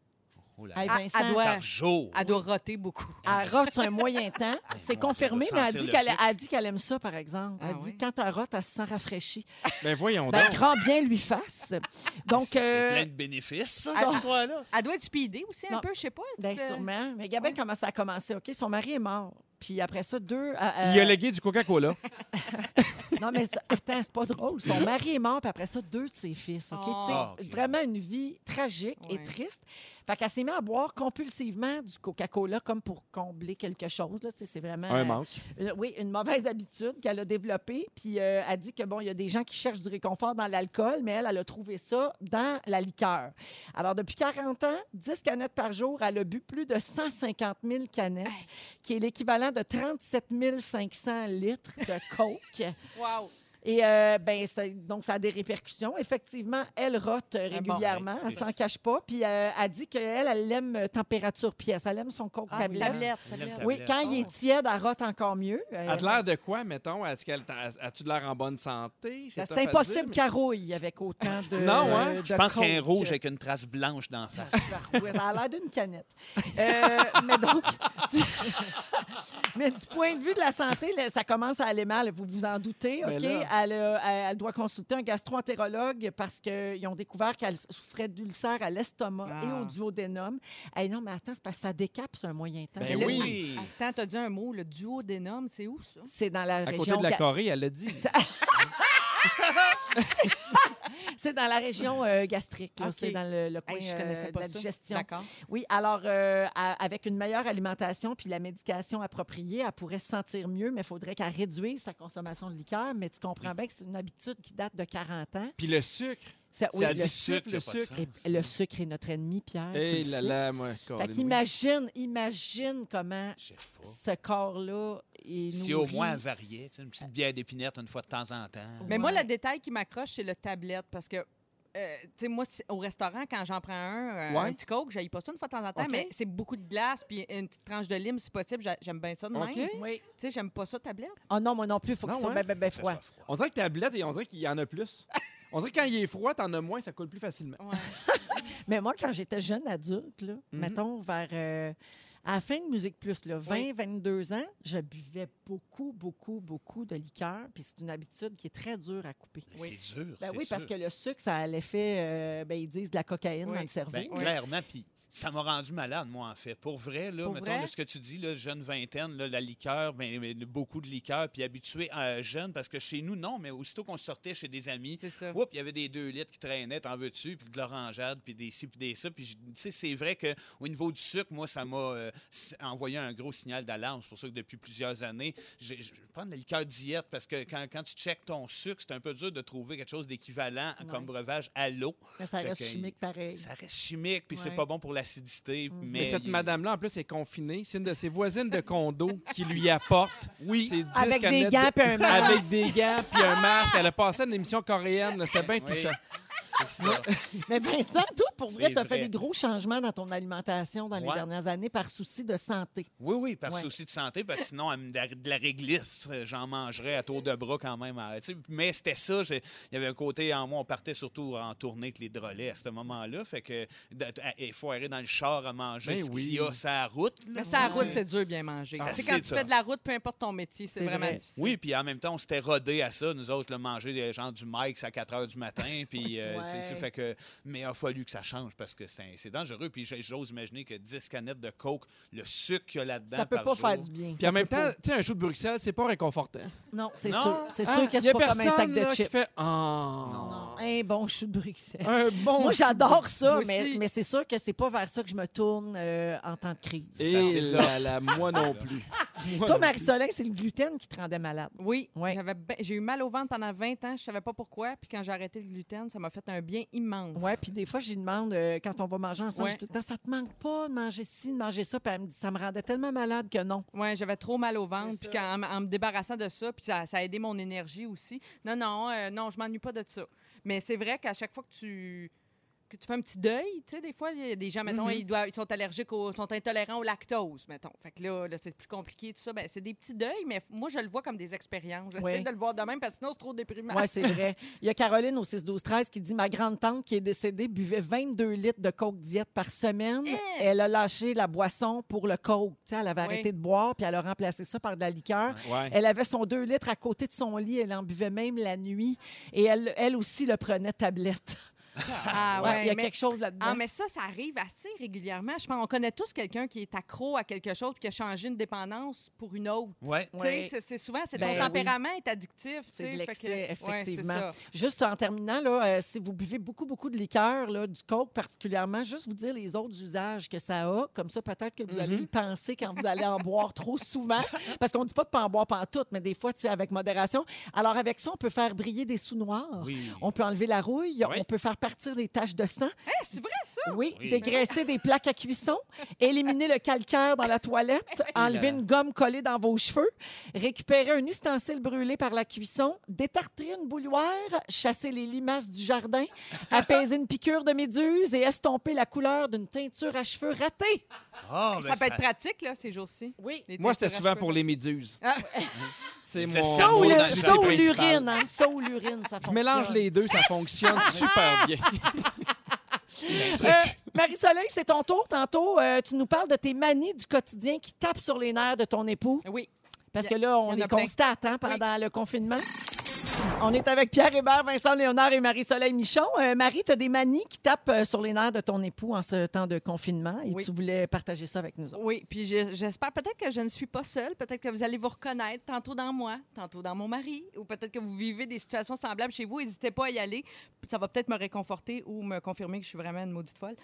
Oh là Hey, là. Vincent. Elle doit- Par jour. Elle doit roter beaucoup. Elle rote un moyen temps. C'est non, confirmé, ça mais doit elle sentir dit le qu'elle sucre. elle dit qu'elle aime ça, par exemple. Ah Elle dit oui? que quand elle rote, elle se sent rafraîchie. Ben voyons Ben, donc. grand bien lui fasse. Donc, C'est plein de bénéfices, ça, Ah. cette histoire-là. Elle doit être speedée aussi un Non. peu, je sais pas. ben, sûrement. Mais Gabin, comment ça a commencé? OK, son mari est mort. Puis après ça, deux... Il a légué du Coca-Cola. Non, mais attends, c'est pas drôle. Son mari est mort, puis après ça, 2 de ses fils. OK? Oh. Tu sais, Ah, OK. Vraiment une vie tragique et Ouais. triste. Fait qu'elle s'est mise à boire compulsivement du Coca-Cola comme pour combler quelque chose. Là. Tu sais, c'est vraiment... Un manque. Oui, une mauvaise habitude qu'elle a développée. Puis elle dit que, bon, il y a des gens qui cherchent du réconfort dans l'alcool, mais elle a trouvé ça dans la liqueur. Alors, depuis 40 ans, 10 canettes par jour, elle a bu plus de 150 000 canettes, qui est l'équivalent de 37 500 litres de Coke. Wow. Et donc, ça a des répercussions. Effectivement, elle rote régulièrement. bon, Elle s'en cache pas. Puis elle dit qu'elle aime température pièce. Elle aime son Coke Ah, tablette. tablette. Oui, quand il est tiède, elle rote encore mieux. A-t-il l'air de quoi, metton? As-tu de l'air en bonne santé? C'est tough à impossible dire, qu'elle rouille avec autant de. Non, hein? de Je pense Coke. qu'un rouge avec une trace blanche d'en face. Oui, elle a l'air d'une canette. Mais donc, Mais du point de vue de la santé, là, ça commence à aller mal, vous vous en doutez, Ben OK? Elle doit consulter un gastro-entérologue parce qu'ils ont découvert qu'elle souffrait d'ulcère à l'estomac et au duodénum. Hey, non, mais attends, c'est parce que ça décape sur un moyen temps. Ben oui. Attends, t'as dit un mot, le duodénum, c'est où ça? C'est dans la À région... côté de la Corée, elle l'a dit. C'est dans la région gastrique, là. OK. C'est dans le coin Hey, je connaissais de pas la ça. digestion. D'accord. Oui, alors avec une meilleure alimentation puis la médication appropriée, elle pourrait se sentir mieux, mais il faudrait qu'elle réduise sa consommation de liqueur. Mais tu comprends bien que c'est une habitude qui date de 40 ans. Puis le sucre. Oui, Ça le dit sucre. le sucre. Le sucre est notre ennemi, Pierre. tu Hé le là sais. là, moi, Fait Colin, qu'imagine comment Je sais pas. ce corps-là est Si nourri. au moins elle variait, tu sais, une petite bière d'épinette une fois de temps en temps. Mais moi, Ouais. le détail qui m'accroche, c'est le tablette. Parce que, tu sais, moi, au restaurant, quand j'en prends un petit coke, j'aille pas ça une fois de temps en temps, OK. mais c'est beaucoup de glace puis une petite tranche de lime, si possible. J'aime bien ça de même. OK. Tu Oui. sais, j'aime pas ça, tablette. Oh non, moi non plus, il faut que Non, ce soit ouais. bien Ça froid. soit froid. On dirait que tablette et on dirait qu'il y en a plus. On dirait que quand il est froid, t'en as moins, ça coule plus facilement. Ouais. Mais moi, quand j'étais jeune adulte, là, mettons vers à la fin de Musique Plus, là, 20, 22 ans, je buvais beaucoup de liqueur. Puis c'est une habitude qui est très dure à couper. Mais c'est dur, Ben c'est oui, parce sûr. que le sucre, ça a l'effet, ils disent, de la cocaïne Oui. dans le cerveau. Ben, clairement, puis ça m'a rendu malade, moi, en fait. Pour vrai, là, Pour mettons, vrai? là, ce que tu dis, là, jeune vingtaine, là, la liqueur, beaucoup de liqueur, puis habitué jeune, parce que chez nous, non, mais aussitôt qu'on sortait chez des amis, C'est ça. oups, il y avait des 2 litres qui traînaient, t'en veux-tu, puis de l'orangeade, puis des ci, puis des ça. Puis, tu sais, c'est vrai qu'au niveau du sucre, moi, ça m'a envoyé un gros signal d'alarme. C'est pour ça que depuis plusieurs années, je prends de la liqueur diète, parce que quand tu checkes ton sucre, c'est un peu dur de trouver quelque chose d'équivalent comme breuvage à l'eau. Mais ça Fait reste que, chimique pareil. Ça reste chimique, puis c'est Ouais. pas bon pour l'acidité. Mais cette madame-là, en plus, est confinée. C'est une de ses voisines de condo qui lui apporte. Oui. ses 10 Avec des canettes gants puis un masque. Avec des gants puis un masque. Elle a passé à une émission coréenne. là. C'était bien Oui. touchant. C'est ça. Mais Vincent, toi, pour vrai, C'est tu as fait vrai. des gros changements dans ton alimentation dans les Ouais. dernières années par souci de santé. Oui, par Ouais. souci de santé, parce que sinon, de la réglisse, j'en mangerais à tour de bras quand même. Tu sais, mais c'était ça. Il y avait un côté en moi, on partait surtout en tournée avec les drôlets à ce moment-là. Fait que il faut aller dans le char à manger Ben ce oui. qu'il y a sur la route. là. Mais ça, la route, c'est dur bien manger. Ah, Tu sais, c'est quand tu ça. fais de la route, peu importe ton métier, c'est C'est vraiment vrai. difficile. Oui, puis en même temps, on s'était rodé à ça, nous autres, là, manger des gens du Mike's à 4 h du matin. Puis, c'est ça, fait que, mais il a fallu que ça change parce que c'est dangereux. Puis j'ose imaginer que 10 canettes de Coke, le sucre qu'il y a là-dedans Ça peut par pas jour, faire du bien. Puis Ça en même peut temps, pas. tu sais, un chou de Bruxelles, c'est pas réconfortant. Non, c'est Non. sûr. C'est Hein? sûr que Y c'est a pas comme un sac personne, de là, qui chips. fait Oh. Non, un bon chou de Bruxelles. Un bon Moi, chou de j'adore ça, Moi mais, aussi. mais c'est sûr que c'est pas vers ça que je me tourne en temps de crise. Ça se Et développe. là, moi non plus. Moi Toi, non Marie-Soleil, c'est le gluten qui te rendait malade. Oui, Ouais. j'ai eu mal au ventre pendant 20 ans, je savais pas pourquoi. Puis quand j'ai arrêté le gluten, ça m'a fait un bien immense. Oui, puis des fois, je lui demande, quand on va manger ensemble, Ouais. je dis tout le temps, ça te manque pas de manger ci, de manger ça. Puis elle me dit, ça me rendait tellement malade que non. Oui, j'avais trop mal au ventre. C'est Puis en me débarrassant de ça, puis ça a aidé mon énergie aussi. Non, je m'ennuie pas de ça. Mais c'est vrai qu'à chaque fois que tu fais un petit deuil, tu sais, des fois, il y a des gens, mettons, ils sont allergiques, sont intolérants au lactose, mettons. Fait que là c'est plus compliqué, tout ça. Ben, c'est des petits deuils, mais moi, je le vois comme des expériences. J'essaie Oui. de le voir de même, parce que sinon, c'est trop déprimant. Oui, c'est vrai. Il y a Caroline au 6-12-13 qui dit, ma grande-tante qui est décédée buvait 22 litres de Coke diète par semaine. Elle a lâché la boisson pour le Coke. Tu sais, elle avait Oui. arrêté de boire, puis elle a remplacé ça par de la liqueur. Ouais. Elle avait son 2 litres à côté de son lit. Elle en buvait même la nuit. Et elle aussi le prenait tablette. Ah, Ouais, il y a mais- quelque chose là-dedans. Ah, mais ça arrive assez régulièrement. Je pense qu'on connaît tous quelqu'un qui est accro à quelque chose puis qui a changé une dépendance pour une autre. Ouais. Tu sais, Ouais. c'est souvent, c'est Ben ton oui. tempérament est addictif. tu C'est sais, de fait l'excès, que- ouais, effectivement. c'est ça. Juste en terminant, là, si vous buvez beaucoup de liqueur, là, du Coke particulièrement, juste vous dire les autres usages que ça a. Comme ça, peut-être que vous allez y penser quand vous allez en boire trop souvent. Parce qu'on ne dit pas de ne pas en boire pantoute, mais des fois, tu sais, avec modération. Alors, avec ça, on peut faire briller des sous noirs. Oui. On peut enlever la rouille. Oui. On peut faire partir des taches de sang. C'est vrai, ça? Oui, Oui. dégraisser des plaques à cuisson, éliminer le calcaire dans la toilette, enlever une gomme collée dans vos cheveux, récupérer un ustensile brûlé par la cuisson, détartrer une bouilloire, chasser les limaces du jardin, apaiser une piqûre de méduse et estomper la couleur d'une teinture à cheveux ratée. Ah, Ça peut être pratique, là, ces jours-ci. Oui. Les Moi, c'était teintures à souvent cheveux. pour les méduses. Ah. C'est Les mon. escargots Ça ou, dans le l'activité ça ou principale. l'urine, hein? Ça ou l'urine, ça Je fonctionne. mélange les deux, ça fonctionne super bien. Marie-Soleil, c'est ton tour. Tantôt, tu nous parles de tes manies du quotidien qui tapent sur les nerfs de ton époux. Oui. Parce que là, on il y en les a plein. constate pendant le confinement. On est avec Pierre Hébert, Vincent Léonard et Marie-Soleil Michon. Marie, tu as des manies qui tapent sur les nerfs de ton époux en ce temps de confinement et Oui. tu voulais partager ça avec nous autres. Oui, puis j'espère peut-être que je ne suis pas seule. Peut-être que vous allez vous reconnaître tantôt dans moi, tantôt dans mon mari, ou peut-être que vous vivez des situations semblables chez vous. N'hésitez pas à y aller. Ça va peut-être me réconforter ou me confirmer que je suis vraiment une maudite folle.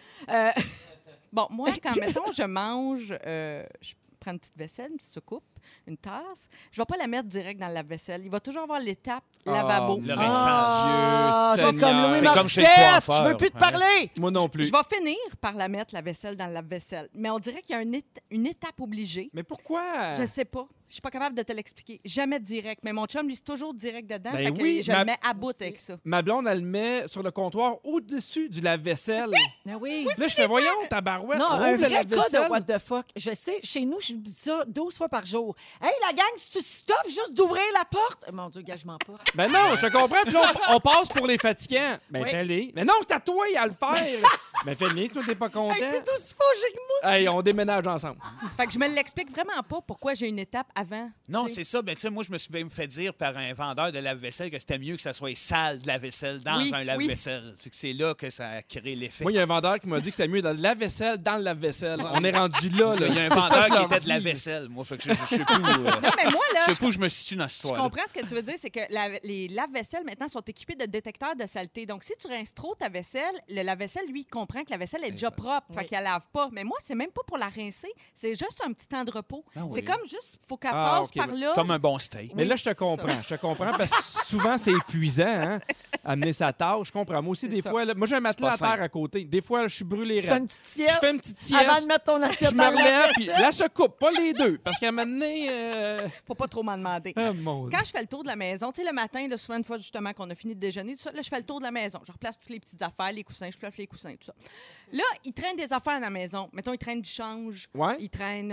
Bon, moi, quand, mettons, je mange, je prends une petite vaisselle, une petite soucoupe, une tasse, je ne vais pas la mettre direct dans le lave-vaisselle. Il va toujours avoir l'étape lavabo. Le rinçage. Pas Dieu comme Seigneur. Louis C'est comme chez le Morissette, coiffeur. je veux plus te parler. Moi non plus. Je vais finir par la mettre, la vaisselle, dans le lave-vaisselle. Mais on dirait qu'il y a une étape obligée. Mais pourquoi? Je sais pas. Je suis pas capable de te l'expliquer. Jamais direct. Mais mon chum, lui, c'est toujours direct dedans. Ben fait que oui, je le mets à bout avec ça. Ma blonde, elle le met sur le comptoir au-dessus du lave-vaisselle. Ah oui. Là, je fais, voyons, tabarouette. Non, un rouvre le vrai cas de lave-vaisselle. what the fuck. Je sais, chez nous, je vous dis ça 12 fois par jour. Hey, la gang, si tu stoppes juste d'ouvrir la porte. Mon Dieu, gage, je m'en pas. Ben non, je te comprends. Puis là, on passe pour les fatigants. Ben Oui. fais-les. Mais non, c'est à toi à le faire. Ben fais-les, toi, t'es pas content. Hey, t'es aussi fâché que moi. Hey, on déménage ensemble. Fait que je me l'explique vraiment pas pourquoi j'ai une étape avant. Non, tu sais. c'est ça. Ben, tu sais, moi, je me suis même fait dire par un vendeur de lave-vaisselle que c'était mieux que ça soit sale de la vaisselle dans Oui, un oui. lave-vaisselle. Fait que c'est là que ça a créé l'effet. Moi, il y a un vendeur qui m'a dit que c'était mieux dans le lave-vaisselle, dans le lave-vaisselle. On est rendu là. Il y a un C'est ça, vendeur je qui leur était de dis. la vaisselle, moi. Fait que je sais plus. Non, mais moi, là, Je sais plus où je me situe dans cette je histoire. comprends ce que tu veux dire, c'est que les lave-vaisselle maintenant sont équipés de détecteurs de saleté. Donc, si tu rinces trop ta vaisselle, le lave-vaisselle, lui, il comprend que la vaisselle est déjà propre. Fait qu'il la lave pas. Mais moi, c'est même pas pour la rincer. C'est juste un petit temps de repos. Ah oui. C'est comme juste, faut qu'elle Ah, passe OK, par là. Comme un bon steak. Mais là, je te comprends. Je te comprends parce que souvent, c'est épuisant, hein, amener sa tâche. Je comprends. Moi aussi, C'est des ça. fois, là, moi, j'ai un matelas à pas simple. terre à côté. Des fois, je suis brûlé Tu fais raide. une petite Je sieste fais une petite sieste. avant de mettre ton assiette Je dans me le relève, lave-vaisselle. puis là, se coupe, pas les deux. Parce qu'à un moment donné... Faut pas trop m'en demander. Ah, mon Dieu. Quand je fais le tour de la maison, tu sais, le matin, là, souvent, une fois justement qu'on a fini de déjeuner, tout ça, là, je fais le tour de la maison. Je replace toutes les petites affaires, les coussins, je fluffe les coussins, tout ça. Là, ils traînent des affaires dans la maison. Mettons, ils traînent du change, Ouais. ils traînent,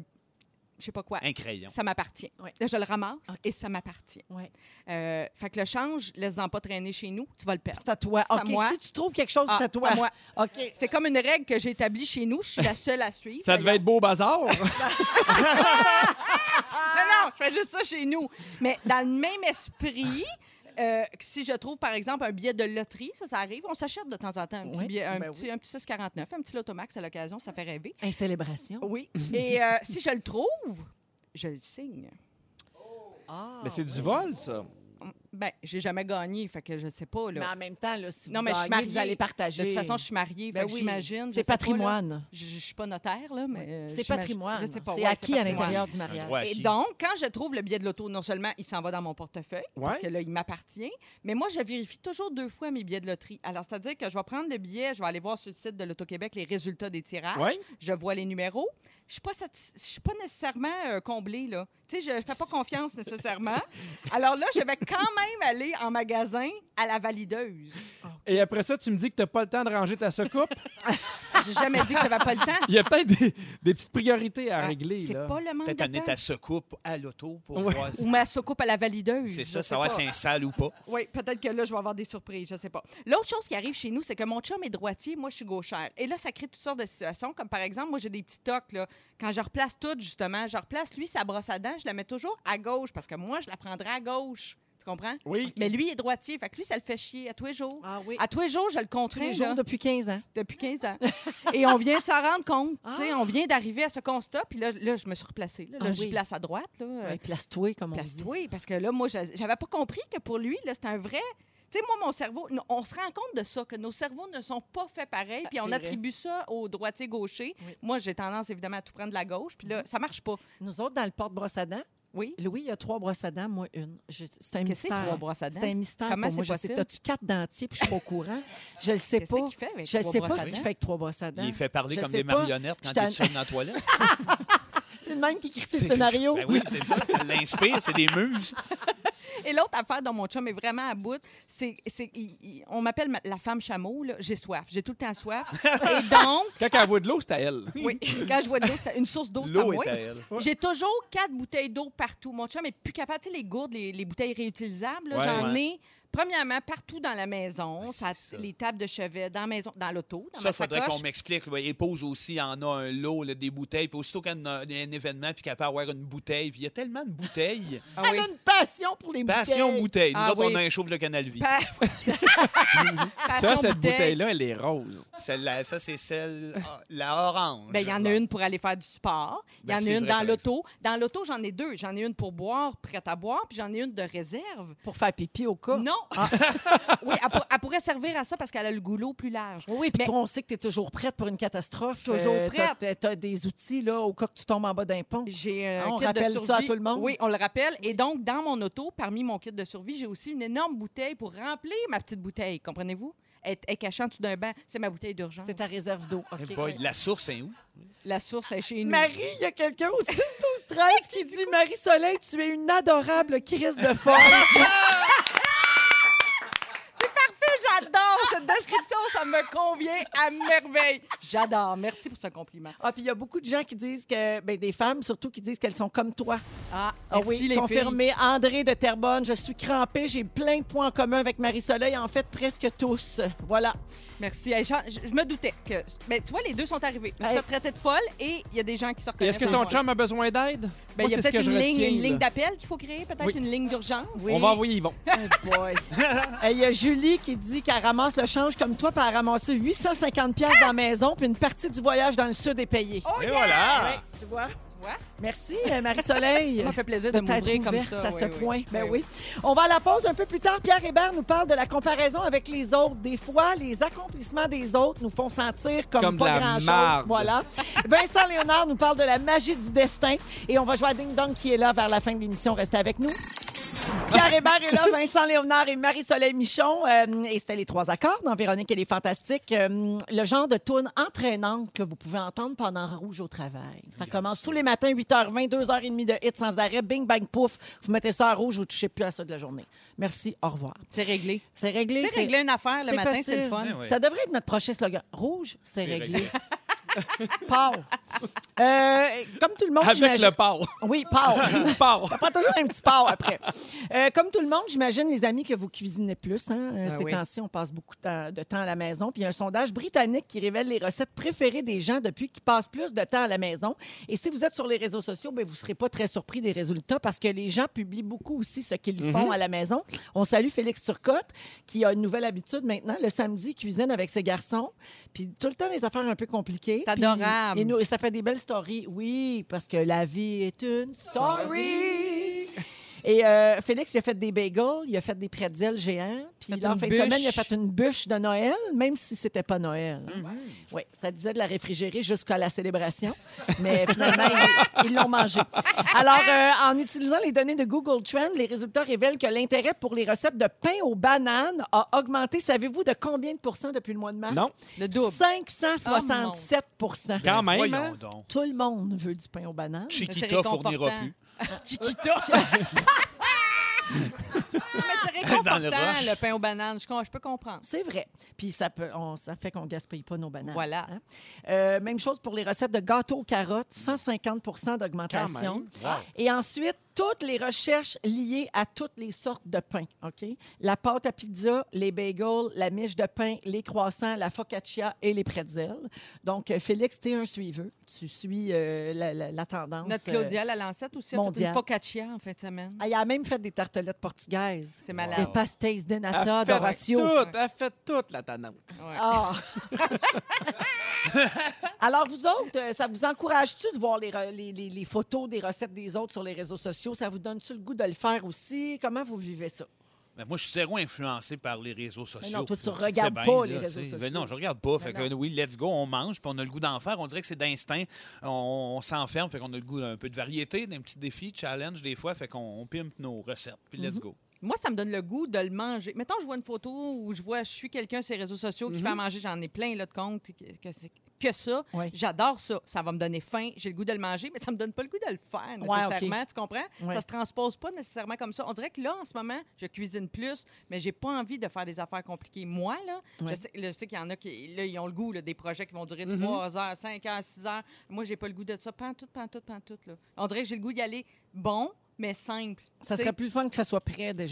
je sais pas quoi. Un crayon. Ça m'appartient. Ouais. Là, je le ramasse et ça m'appartient. Ouais. Fait que le change, laisse-en pas traîner chez nous, tu vas le perdre. C'est à toi. C'est à OK, moi. si tu trouves quelque chose, c'est à toi. à moi. OK. C'est comme une règle que j'ai établie chez nous. Je suis la seule à suivre. Ça devait être beau bazar. Non, je fais juste ça chez nous. Mais dans le même esprit, si je trouve, par exemple, un billet de loterie, ça arrive, on s'achète de temps en temps un petit Oui, billet, un ben petit 6,49, un petit Lotomax à l'occasion, ça fait rêver. Une célébration. Oui. Et si je le trouve, je le signe. Ah, Mais c'est du vol, ça. Ben, j'ai jamais gagné, fait que je sais pas, Mais là. en même temps, là, si Non, vous mais je suis gagnez, mariée. vous allez partager. De toute façon, je suis mariée, Ben fait que oui. j'imagine. je C'est sais pas, là. patrimoine. Je suis pas notaire, là, mais... C'est j'imagine- patrimoine. Je sais pas. C'est ouais, acquis à patrimoine. l'intérieur du C'est un mariage. droit Et acquis. donc, quand je trouve le billet de l'auto, non seulement il s'en va dans mon portefeuille, parce Ouais. que là, il m'appartient, mais moi, je vérifie toujours 2 fois mes billets de loterie. Alors, c'est-à-dire que je vais prendre le billet, je vais aller voir sur le site de l'Auto-Québec les résultats des tirages. Ouais. Je vois les numéros. Je suis pas nécessairement comblée, là. Tu sais, je fais pas confiance nécessairement. Alors là, je vais quand même aller en magasin à la valideuse. Et après ça, tu me dis que tu n'as pas le temps de ranger ta soucoupe. J'ai jamais dit que j'avais pas le temps. Il y a peut-être des petites priorités à régler. C'est là. pas le manque Peut-être de amener temps. ta soucoupe à l'auto pour Ouais. voir Ou si ma soucoupe à la valideuse. c'est je ça, sais savoir pas. si c'est un sale ou pas. Oui, peut-être que là, je vais avoir des surprises, je sais pas. L'autre chose qui arrive chez nous, c'est que mon chum est droitier, moi, je suis gauchère. Et là, ça crée toutes sortes de situations, comme par exemple, moi, j'ai des petits tocs, là. Quand je replace tout, justement, je replace, lui, sa brosse à dents, je la mets toujours à gauche, parce que moi, je la prendrai à gauche. Tu comprends? Oui. Mais lui, il est droitier, fait que lui, ça le fait chier à tous les jours. Ah oui. À tous les jours, je le Tous contrains, les jours là, depuis 15 ans. depuis 15 ans. Et on vient de s'en rendre compte. Ah. Tu sais, on vient d'arriver à ce constat, puis là, je me suis replacée. Là, Ah je oui. place à droite, là. Ouais, place-toi, comme on dit. Place-toi, parce que là, moi, j'avais pas compris que pour lui, là, c'est un vrai... Tu sais, moi, mon cerveau, on se rend compte de ça, que nos cerveaux ne sont pas faits pareil, puis on c'est vrai. attribue ça au droitier-gaucher. Oui. Moi, j'ai tendance, évidemment, à tout prendre de la gauche, puis là, ça marche pas. Nous autres, dans le porte-brosse à dents, Oui. Louis, il y a 3 brosses à dents, moi, une. C'est un Qu'est-ce que c'est, mystère. 3 brosses à dents? C'est un mystère Comment pour moi. c'est Je sais, possible? t'as-tu 4 dentiers puis je suis pas au courant? Je le sais Qu'est-ce pas. qu'il fait avec Je ne 3 sais brosses pas à ce qu'il dents? fait avec 3 brosses à dents. Il fait parler Je comme sais des pas. marionnettes quand Je il est seul dans la toilette. C'est le même qui écrit ses scénarios. Ben oui, c'est ça, ça l'inspire, c'est des muses. Et l'autre affaire dont mon chum est vraiment à bout, on m'appelle la femme chameau, là. J'ai soif. J'ai tout le temps soif. Et donc, Quand elle voit de l'eau, c'est à elle. oui, quand je vois de l'eau, c'est une source d'eau, c'est à L'eau moi. est à elle. J'ai toujours 4 bouteilles d'eau partout. Mon chum est plus capable. Tu sais, les gourdes, les bouteilles réutilisables, là, Ouais. j'en Ouais. ai premièrement, partout dans la maison, c'est ça. les tables de chevet, dans la maison, dans l'auto, dans Ça, ma il faudrait sacoche. qu'on m'explique. Là. Épouse aussi en a un lot, là, des bouteilles. Puis aussitôt qu'il y a un événement, puis qu'elle peut avoir une bouteille. Puis il y a tellement de bouteilles. Ah Elle oui. a une passion pour les Passion bouteilles. bouteille. Nous Ah autres, oui. on a un chauffe le Canal Vie. Passion Cette bouteille. bouteille-là, elle est rose. Celle-là, ça, c'est la orange. Ben, il y en a une pour aller faire du sport. Il y Ben, en c'est a une vrai, dans par l'auto. Dans l'auto, j'en ai deux. J'en ai une pour boire, prête à boire, puis j'en ai une de réserve. Pour faire pipi au cas. Non! Oui, elle pourrait servir à ça parce qu'elle a le goulot plus large. Oui, puis Mais- toi, on sait que tu es toujours prête pour une catastrophe. Toujours prête. Tu as des outils là, au cas que tu tombes en bas d'un pont. J'ai Ah, un on kit de rappelle survie. ça à tout le monde? Oui, on le rappelle. Et donc, dans mon auto, parmi mon kit de survie, j'ai aussi une énorme bouteille pour remplir ma petite bouteille. Comprenez-vous? Elle est cachée en dessous d'un banc. C'est ma bouteille d'urgence. C'est ta réserve d'eau. OK. Eh boy, la source est où? La source est chez nous. Marie, il y a quelqu'un au 6 12 13 qui dit Marie-Soleil, tu es une adorable crise de folle. J'adore cette description. Ça me convient à merveille. J'adore. Merci pour ce compliment. Ah, puis il y a beaucoup de gens qui disent que, ben, des femmes surtout, qui disent qu'elles sont comme toi. Ah, Ah merci oui, les confirmé. André de Terrebonne, je suis crampée, j'ai plein de points en commun avec Marie-Soleil, en fait, presque tous. Voilà. filles. Merci. Hey, je me doutais que... Ben, tu vois, les deux sont arrivés. Je me suis Hey. fait traiter de folle et il y a des gens qui se reconnaissent. Est-ce que en ton moi. chum a besoin d'aide? Ben, Moi, il y a c'est ce que peut-être je une retiens, ligne là. d'appel qu'il faut créer, peut-être Oui. une ligne d'urgence. On va envoyer Yvon. Oh boy. Il y a Julie qui dit qu'elle ramasse le change comme toi, puis elle a ramassé 850$ dans la maison, puis une partie du voyage dans le sud est payée. Oh, Et yeah! voilà! Ouais, tu vois? Tu vois? Merci, Marie-Soleil. Ça m'a fait plaisir de Peut-être m'ouvrir comme ouverte ça. à Oui, ce oui. point. Ben Oui, oui. On va à la pause un peu plus tard. Pierre Hébert nous parle de la comparaison avec les autres. Des fois, les accomplissements des autres nous font sentir comme de pas la grand-chose. marde. Voilà. Vincent Léonard nous parle de la magie du destin. Et on va jouer à Ding Dong qui est là vers la fin de l'émission. Restez avec nous. Pierre Hébert est là, Vincent Léonard et Marie-Soleil Michon. Et c'était les 3 accords dans Véronique et les Fantastiques. Le genre de tourne entraînante que vous pouvez entendre pendant Rouge au travail. Ça commence tous les matins, 8h20, 2h30 de hits sans arrêt. Bing, bang, pouf. Vous mettez ça à rouge, vous ne touchez plus à ça de la journée. Merci, au revoir. C'est réglé. C'est réglé. Tu sais, régler une affaire le c'est matin, c'est le facile. fun. Eh oui. Ça devrait être notre prochain slogan. Rouge, c'est réglé. Pau. Comme tout le monde, Avec j'imagine- le porc. Oui, Pau. Porc. Ça prend toujours un petit port après. Comme tout le monde, j'imagine, les amis, que vous cuisinez plus. Hein? Ces oui. temps-ci, on passe beaucoup de temps à la maison. Puis il y a un sondage britannique qui révèle les recettes préférées des gens depuis qu'ils passent plus de temps à la maison. Et si vous êtes sur les réseaux sociaux, ben, vous ne serez pas très surpris des résultats parce que les gens publient beaucoup aussi ce qu'ils font à la maison. On salue Félix Turcotte, qui a une nouvelle habitude maintenant. Le samedi, il cuisine avec ses garçons. Puis tout le temps, les affaires un peu compliquées. C'est Puis- adorable. et ça fait des belles stories. Oui, parce que la vie est une story. Et Félix, il a fait des bagels, il a fait des pretzels géants. Puis Fait là, en une fin de semaine, bûche. il a fait une bûche de Noël, même si c'était pas Noël. Oui, ça disait de la réfrigérer jusqu'à la célébration. Mais finalement, ils l'ont mangé. Alors, en utilisant les données de Google Trends, les résultats révèlent que l'intérêt pour les recettes de pain aux bananes a augmenté. Savez-vous de combien de pourcents depuis le mois de mars? Non. Le double. 567 Quand même, Voyons hein? donc. Tout le monde veut du pain aux bananes. Chiquita fournira réconfortant. plus. Chiquita. Mais c'est réconfortant, Dans le rush. le pain aux bananes. Je peux comprendre. C'est vrai. Puis ça fait qu'on gaspille pas nos bananes. Voilà. Hein? Même chose pour les recettes de gâteaux aux carottes, 150 d'augmentation. Quand même. Wow. Et ensuite, toutes les recherches liées à toutes les sortes de pain. OK? La pâte à pizza, les bagels, la miche de pain, les croissants, la focaccia et les pretzels. Donc, Félix, tu es un suiveux. Tu suis la tendance. Notre Claudia la Lancette aussi a fait mondiale. une focaccia en fin de semaine. Elle a même fait des tartelettes portugaises. C'est malade. Des pastéis de Elle nata, fait d'Horatio. tout, elle fait toute la tanante. Ouais. Ah! Alors, vous autres, ça vous encourage-tu de voir les photos des recettes des autres sur les réseaux sociaux? Ça vous donne-tu le goût de le faire aussi? Comment vous vivez ça? Ben, moi, je suis zéro influencé par les réseaux sociaux. non, toi, tu le sais regardes bien, pas les là, réseaux tu sais. sociaux. Ben non, je regarde pas. Fait Ben que oui, let's go, on mange, puis on a le goût d'en faire. On dirait que c'est d'instinct. On s'enferme, fait qu'on a le goût d'un peu de variété, d'un petit défi, challenge des fois, fait qu'on pimpe nos recettes, puis let's go. Moi, ça me donne le goût de le manger. Mettons, je vois une photo où je suis quelqu'un sur les réseaux sociaux qui fait à manger. J'en ai plein là, de comptes que c'est que ça. Oui. J'adore ça. Ça va me donner faim. J'ai le goût de le manger, mais ça me donne pas le goût de le faire nécessairement. OK. Tu comprends? Ouais. Ça se transpose pas nécessairement comme ça. On dirait que là, en ce moment, je cuisine plus, mais j'ai pas envie de faire des affaires compliquées. Moi, là, Ouais. je sais qu'il y en a qui là, ils ont le goût là, des projets qui vont durer 3 heures, 5 heures, 6 heures. Moi, j'ai pas le goût de ça. Pantoute. Là. On dirait que j'ai le goût d'y aller bon, mais simple. Ça Tu sais, serait plus le fun que ça soit prêt déjà.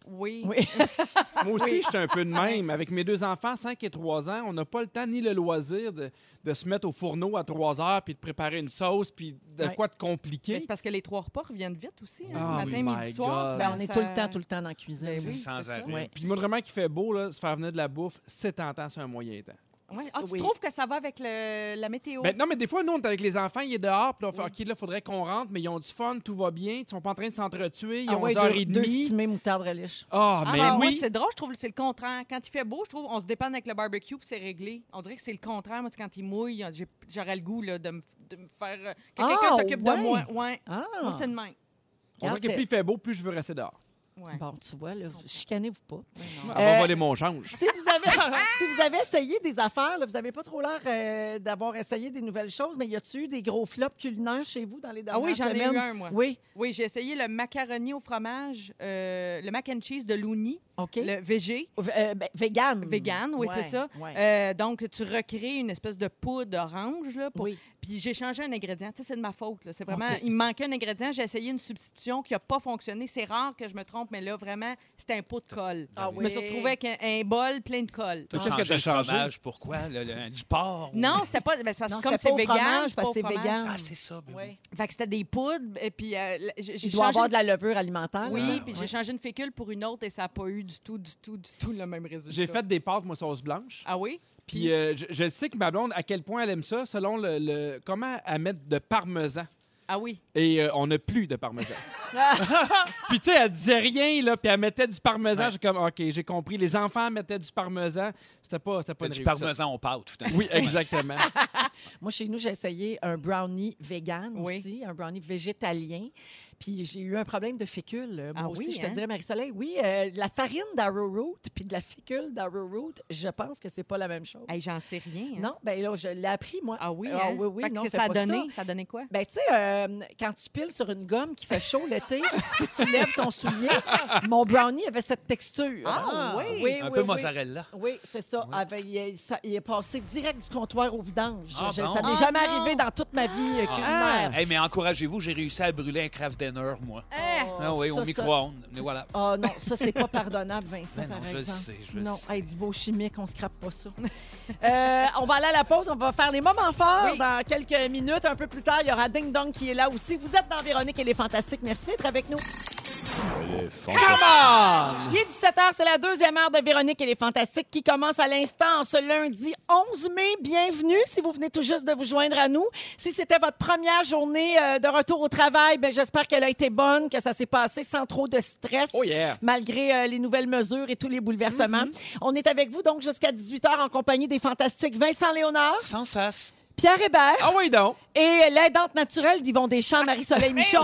Oui. Oui. Moi aussi, je suis un peu de même. Avec mes 2 enfants, 5 et 3 ans, on n'a pas le temps ni le loisir de se mettre au fourneau à 3 heures puis de préparer une sauce puis de quoi de Mais compliqué. c'est parce que les 3 repas reviennent vite aussi. Hein? Ah, Matin, my midi, soir. God. Ben, on est tout le temps dans la cuisine. Ben C'est oui, sans c'est ça. arrêt. Ouais. Puis moi, vraiment qu'il fait beau, là, se faire venir de la bouffe, c'est tentant sur un moyen temps. Ouais. Ah, tu Oui. trouves que ça va avec la météo? Ben, non, mais des fois, nous, on est avec les enfants, ils sont dehors, puis on fait, OK, là, il faudrait qu'on rentre, mais ils ont du fun, tout va bien, ils sont pas en train de s'entretuer, ils Ah ont ouais, 11h30. deux stimés moutarde relish. Ah, Ah, mais ben, moi, oui. c'est drôle, je trouve que c'est le contraire. Quand il fait beau, je trouve on se dépanne avec le barbecue puis c'est réglé. On dirait que c'est le contraire. Moi, c'est quand il mouille, j'aurais le goût là, de me faire... que quelqu'un Ah, s'occupe ouais. de moi. Ouais. Ah! Moi, c'est de même. On dirait que plus il fait beau, plus je veux rester dehors. Ouais. Bon, tu vois, là, chicanez-vous pas. Ouais, non. Elle va voler mon change. Si vous avez essayé des affaires, là, vous n'avez pas trop l'air d'avoir essayé des nouvelles choses, mais y a-tu eu des gros flops culinaires chez vous dans les Ah dernières oui, j'en ai semaines? eu un, moi. Oui, Oui, j'ai essayé le macaroni au fromage, le mac and cheese de Looney, OK. le VG. Vegan. Vegan, oui, c'est ça. ouais. Donc, tu recrées une espèce de poudre orange. Là, pour... Oui. Puis j'ai changé un ingrédient. Tu sais, c'est de ma faute. Là. C'est vraiment... OK. Il me manquait un ingrédient. J'ai essayé une substitution qui n'a pas fonctionné. C'est rare que je me trompe, mais là, vraiment, c'était un pot de colle. Ah Je me suis oui. retrouvée avec un bol plein de colle. Tu as Qu'est-ce que changé t'as le changé? fromage, pourquoi? Du porc? ou- Non, c'était pas... Ben, c'est parce Non, que comme c'était pas c'est au vegan, fromage, parce que c'est pas au fromage. vegan. Ah, c'est ça. Ben oui. Oui. Fait que c'était des poudres. Et puis, j'ai Il doit changé avoir de la levure alimentaire. Oui, là. puis Ouais. j'ai changé une fécule pour une autre et ça n'a pas eu du tout le même résultat. J'ai fait des pâtes, moi, sauce blanche. Ah oui? Puis je sais que ma blonde, à quel point elle aime ça, selon comment elle met de parmesan. Ah oui. Et on n'a plus de parmesan. Puis tu sais, elle disait rien, là, puis elle mettait du parmesan. Ouais. J'ai comme, OK, j'ai compris. Les enfants mettaient du parmesan. C'était pas T'as une du réussite. parmesan aux pâtes, finalement. Oui, exactement. Moi, chez nous, j'ai essayé un brownie vegan Oui. aussi, un brownie végétalien. Puis j'ai eu un problème de fécule. Moi Ah aussi, oui, je te hein? dirais, Marie-Soleil, oui, la farine d'arrowroot puis de la fécule d'arrowroot, je pense que c'est pas la même chose. Hey, j'en sais rien. hein. Non, ben là, je l'ai appris, moi. Ah oui, Ah hein? oui, oui, Fait que non, ça fais a pas donné, ça. ça a donné quoi? Ben, tu sais, quand tu piles sur une gomme qui fait chaud l'été, puis tu lèves ton soulier, mon brownie avait cette texture. Ah, oui? Oui, Un oui, peu oui. mozzarella. Oui, c'est ça. Il est passé direct du comptoir au vidange. Ah, bon? Ça m'est Ah, jamais non. arrivé dans toute ma vie culinaire. Hey, mais encouragez-vous, j'ai réussi à brûler un Kraft Dinner, moi. Ah oui, au Ça, micro-ondes. Mais voilà. Ah non, ça, c'est pas pardonnable, Vincent, Ben non, par je le exemple. sais, je le Non, sais. hey, du beau chimique, on scrape pas ça. On va aller à la pause, on va faire les moments forts Oui. dans quelques minutes. Un peu plus tard, il y aura Ding Dong qui est là aussi. Vous êtes dans Véronique et les Fantastiques. Merci d'être avec nous. Come on! Il est 17h, c'est la deuxième heure de Véronique et les Fantastiques qui commence à l'instant ce lundi 11 mai. Bienvenue si vous venez tout juste de vous joindre à nous. Si c'était votre première journée de retour au travail, ben, j'espère qu'elle a été bonne, que ça s'est passé sans trop de stress. Oh yeah! Malgré les nouvelles mesures et tous les bouleversements. On est avec vous donc jusqu'à 18h en compagnie des Fantastiques Vincent Léonard, Sans sas. Pierre Hébert Ah oui, donc! et l'aidante naturelle d'Yvon Deschamps, Marie-Soleil Michon.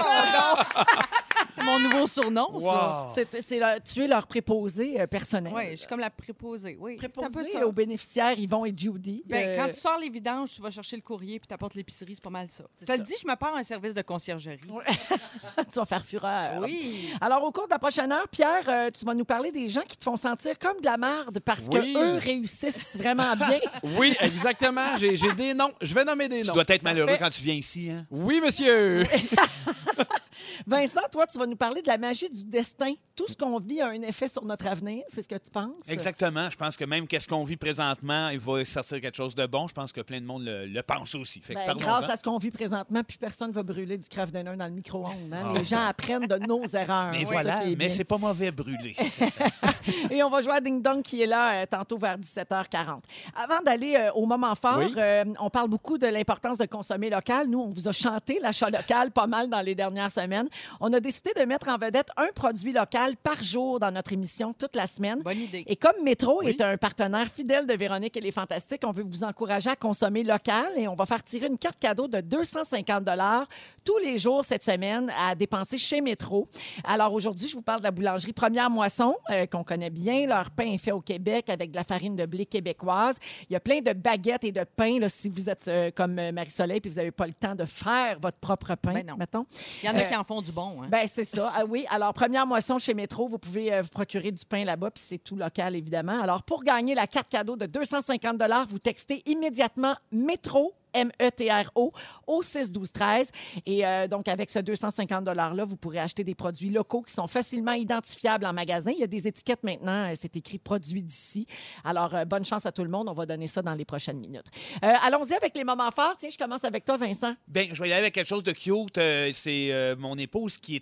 C'est mon nouveau surnom, ça. Wow. Tu es leur préposé personnel. Oui, je suis comme la préposée. Oui, c'est un peu Préposé ça. aux bénéficiaires Yvon et Judy. Ben, quand tu sors les vidanges, tu vas chercher le courrier puis t'apportes l'épicerie, c'est pas mal ça. C'est Je te ça. le dis, je me pars un service de conciergerie. tu vas faire fureur. Oui. Alors, au cours de la prochaine heure, Pierre, tu vas nous parler des gens qui te font sentir comme de la merde parce Oui. qu'eux réussissent vraiment bien. Oui, exactement. J'ai des noms. Je vais nommer des Tu noms. dois être malheureux Parfait. quand tu viens ici, hein? Oui, monsieur! Vincent, toi, tu vas nous parler de la magie du destin. Tout ce qu'on vit a un effet sur notre avenir. C'est ce que tu penses? Exactement. Je pense que même qu'est-ce qu'on vit présentement, il va sortir quelque chose de bon. Je pense que plein de monde le pense aussi. Fait que Ben, parlons-en. grâce à ce qu'on vit présentement, plus personne ne va brûler du Kraft Dinner dans le micro-ondes. hein. Ah. Les gens apprennent de nos erreurs. Mais C'est ça voilà, qui est mais bien. c'est pas mauvais brûler. c'est ça. Et on va jouer à Ding Dong qui est là tantôt vers 17h40. Avant d'aller au moment fort, Oui. on parle beaucoup de l'importance de consommer local. Nous, on vous a chanté l'achat local pas mal dans les dernières semaines. On a décidé de mettre en vedette un produit local par jour dans notre émission toute la semaine. Bonne idée. Et comme Métro Oui. est un partenaire fidèle de Véronique et les Fantastiques, on veut vous encourager à consommer local et on va faire tirer une carte cadeau de 250 tous les jours cette semaine à dépenser chez Métro. Alors aujourd'hui, je vous parle de la boulangerie Première Moisson, qu'on connaît bien. Leur pain est fait au Québec avec de la farine de blé québécoise. Il y a plein de baguettes et de pain là, si vous êtes comme Marie-Soleil puis vous n'avez pas le temps de faire votre propre pain, Ben non. mettons. Il y en a qui en font du bon. Hein? Ben c'est ça. Ah oui. Alors, Première Moisson chez Métro, vous pouvez vous procurer du pain là-bas, puis c'est tout local, évidemment. Alors, pour gagner la carte cadeau de 250 vous textez immédiatement Métro METRO, au 6-12-13. Et donc, avec ce 250 $-là, vous pourrez acheter des produits locaux qui sont facilement identifiables en magasin. Il y a des étiquettes maintenant, c'est écrit « Produits d'ici ». Alors, bonne chance à tout le monde. On va donner ça dans les prochaines minutes. Allons-y avec les moments forts. Tiens, je commence avec toi, Vincent. Bien, je vais y aller avec quelque chose de cute. C'est mon épouse qui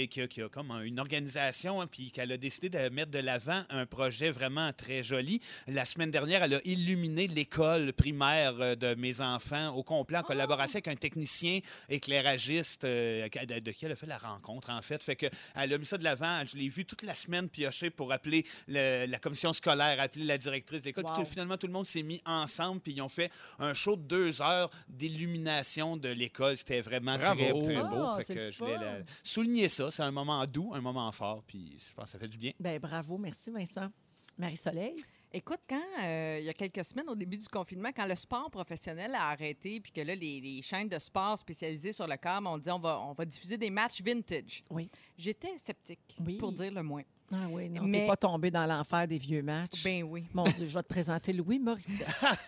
a comme une organisation, hein, puis qu'elle a décidé de mettre de l'avant un projet vraiment très joli. La semaine dernière, elle a illuminé l'école primaire de mes enfants au complet en collaboration avec un technicien éclairagiste de qui elle a fait la rencontre, en fait. Fait que elle a mis ça de l'avant. Je l'ai vu toute la semaine piocher pour appeler la commission scolaire, appeler la directrice d'école. Wow. Puis finalement, tout le monde s'est mis ensemble, puis ils ont fait un show de 2 heures d'illumination de l'école. C'était vraiment Bravo. très, très beau. Ah, Fait c'est que le je voulais fun. souligner ça. C'est un moment doux, un moment fort, puis je pense que ça fait du bien. Ben bravo, merci, Vincent. Marie-Soleil? Écoute, quand il y a quelques semaines, au début du confinement, quand le sport professionnel a arrêté, puis que là, les chaînes de sport spécialisées sur le câble ont dit on va diffuser des matchs vintage. Oui. J'étais sceptique, Oui. pour dire le moins. Ah oui, non, Mais- t'es pas tombé dans l'enfer des vieux matchs. Ben oui. Mon Dieu, je vais te présenter Louis Morissette.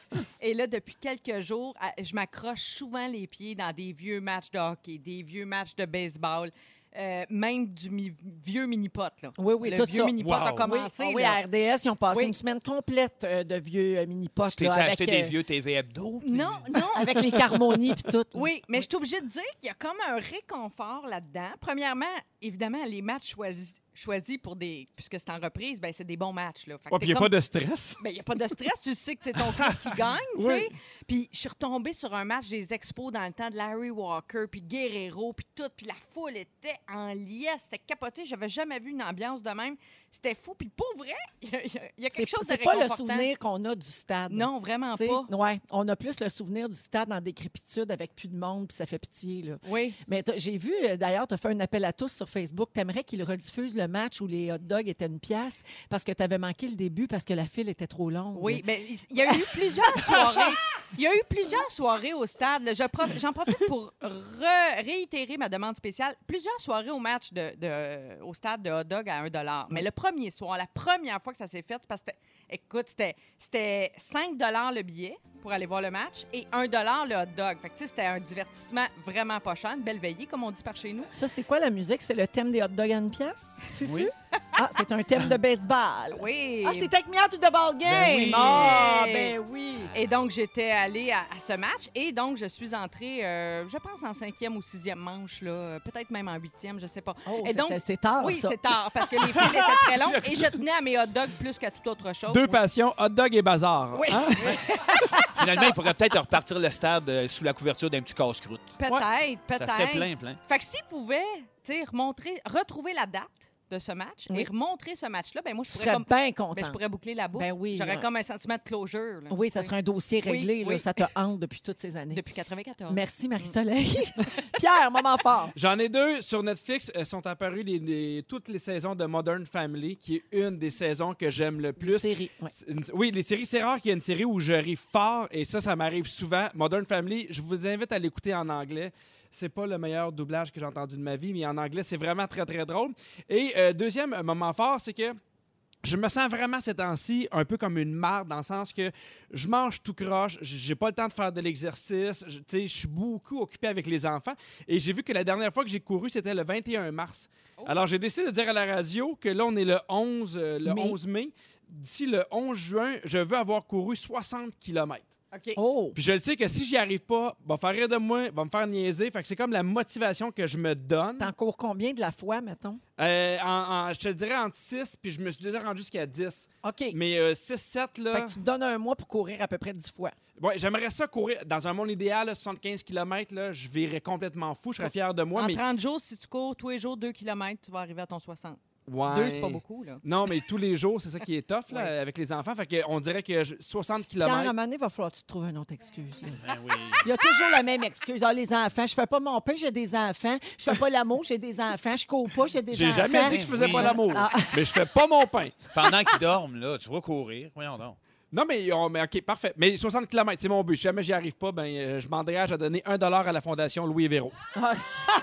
Et là, depuis quelques jours, je m'accroche souvent les pieds dans des vieux matchs de hockey, des vieux matchs de baseball, même du vieux mini-pot. Là. Oui, oui, le tout vieux ça. mini-pot a Wow. commencé. Oui, là. à RDS, ils ont passé Oui. une semaine complète de vieux mini-postes. Tu t'es là, acheté avec, des vieux TV Hebdo? puis- Non, non. avec les Carmoni puis tout. Oui, mais je suis obligée de dire qu'il y a comme un réconfort là-dedans. Premièrement, évidemment, les matchs choisis pour puisque c'est en reprise, ben c'est des bons matchs. Là. Fait que Ouais, t'es puis il n'y a comme- pas de stress. Ben, il n'y a pas de stress, tu sais que c'est ton club qui gagne, tu Oui. sais. Puis je suis retombée sur un match des Expos dans le temps de Larry Walker, puis Guerrero, puis tout, puis la foule était en liesse, c'était capoté, j'avais jamais vu une ambiance de même. C'était fou, puis pour vrai, il y a quelque chose de C'est pas le réconfortant. souvenir qu'on a du stade. Non, vraiment T'sais, pas. ouais, on a plus le souvenir du stade en décrépitude avec plus de monde, puis ça fait pitié. Là. Oui. Mais j'ai vu, d'ailleurs, tu as fait un appel à tous sur Facebook. Tu aimerais qu'ils rediffusent le match où les hot dogs étaient une pièce parce que tu avais manqué le début parce que la file était trop longue. Oui, mais il y a eu plusieurs soirées. Il y a eu plusieurs soirées au stade. là. J'en profite pour réitérer ma demande spéciale. Plusieurs soirées au match au stade de hot dog à 1 $. Mais le premier soir, la première fois que ça s'est fait, parce que, écoute, c'était 5 $ le billet pour aller voir le match et 1 $ le hot dog. Fait que, tu sais, c'était un divertissement vraiment pas cher, une belle veillée, comme on dit par chez nous. Ça, c'est quoi la musique? C'est le thème des hot dogs à une pièce? Fufu? Oui. Ah, c'est un thème de baseball. Oui. Ah, c'est Take Me Out to the Ball Game! Ben oui. Ah, ben oui! Et donc, j'étais allée à ce match et donc, je suis entrée, je pense, en 5e ou 6e manche, là, peut-être même en 8e, je sais pas. Oh, Et donc, c'est tard, oui, ça. c'est tard parce que les files étaient très longues et je tenais à mes hot dogs plus qu'à toute autre chose. Deux passions, hot dog et bazar. Oui, Hein? Finalement, il pourrait peut-être repartir le stade sous la couverture d'un petit casse-croûte. peut-être, Ça peut-être. serait plein, plein. Fait que s'ils pouvaient, tu sais, retrouver la date de ce match Oui. et remontrer ce match-là, ben moi, je Je pourrais serais comme... bien Ben, content. je pourrais boucler la boucle. Ben oui, J'aurais ouais. comme un sentiment de closure. là, Oui, tu ça sais. serait un dossier réglé. Oui, là, oui. ça te hante depuis toutes ces années. Depuis 94. Merci, Marie-Soleil. Pierre, moment fort. J'en ai 2 sur Netflix. Sont apparues toutes les saisons de Modern Family, qui est une des saisons que j'aime le plus. Série. Ouais. Oui, les séries, c'est rare qu'il y ait une série où je ris fort et ça m'arrive souvent. Modern Family, je vous invite à l'écouter en anglais. C'est pas le meilleur doublage que j'ai entendu de ma vie, mais en anglais, c'est vraiment très, très drôle. Et deuxième moment fort, c'est que je me sens vraiment ces temps-ci un peu comme une marde, dans le sens que je mange tout croche, j'ai pas le temps de faire de l'exercice, je suis beaucoup occupé avec les enfants. Et j'ai vu que la dernière fois que j'ai couru, c'était le 21 mars. Alors, j'ai décidé de dire à la radio que là, on est le 11 mai. D'ici le 11 juin, je veux avoir couru 60 km. OK. Oh! Puis je le sais que si j'y arrive pas, va faire rire de moi, va me faire niaiser. Fait que c'est comme la motivation que je me donne. T'en cours combien de la fois, mettons? Je te dirais entre 6, puis je me suis déjà rendu jusqu'à 10. OK. Mais 6-7, là... Fait que tu te donnes un mois pour courir à peu près 10 fois. Ouais, j'aimerais ça courir. Dans un monde idéal, là, 75 km, là, je virais complètement fou. Je serais fier de moi. En mais... 30 jours, si tu cours tous les jours 2 km, tu vas arriver à ton 60. Ouais. 2, c'est pas beaucoup, là. Non, mais tous les jours, c'est ça qui est tough là, Ouais. avec les enfants. Fait qu'on dirait que 60 Pierre, à un km... moment donné, il va falloir que tu te trouves une autre excuse. là. Ben oui. Il y a toujours la même excuse. Ah, les enfants, je fais pas mon pain, j'ai des enfants. Je fais pas l'amour, j'ai des enfants. Je cours pas, j'ai des J'ai enfants. jamais dit que je faisais Oui. pas l'amour, Ah. mais je fais pas mon pain. Pendant qu'ils dorment, là, tu vas courir. Voyons donc. Non, mais OK, parfait. Mais 60 km, c'est mon but. Si jamais j'y arrive pas, je m'engage à donner $1 à la Fondation Louis Véro. Ah.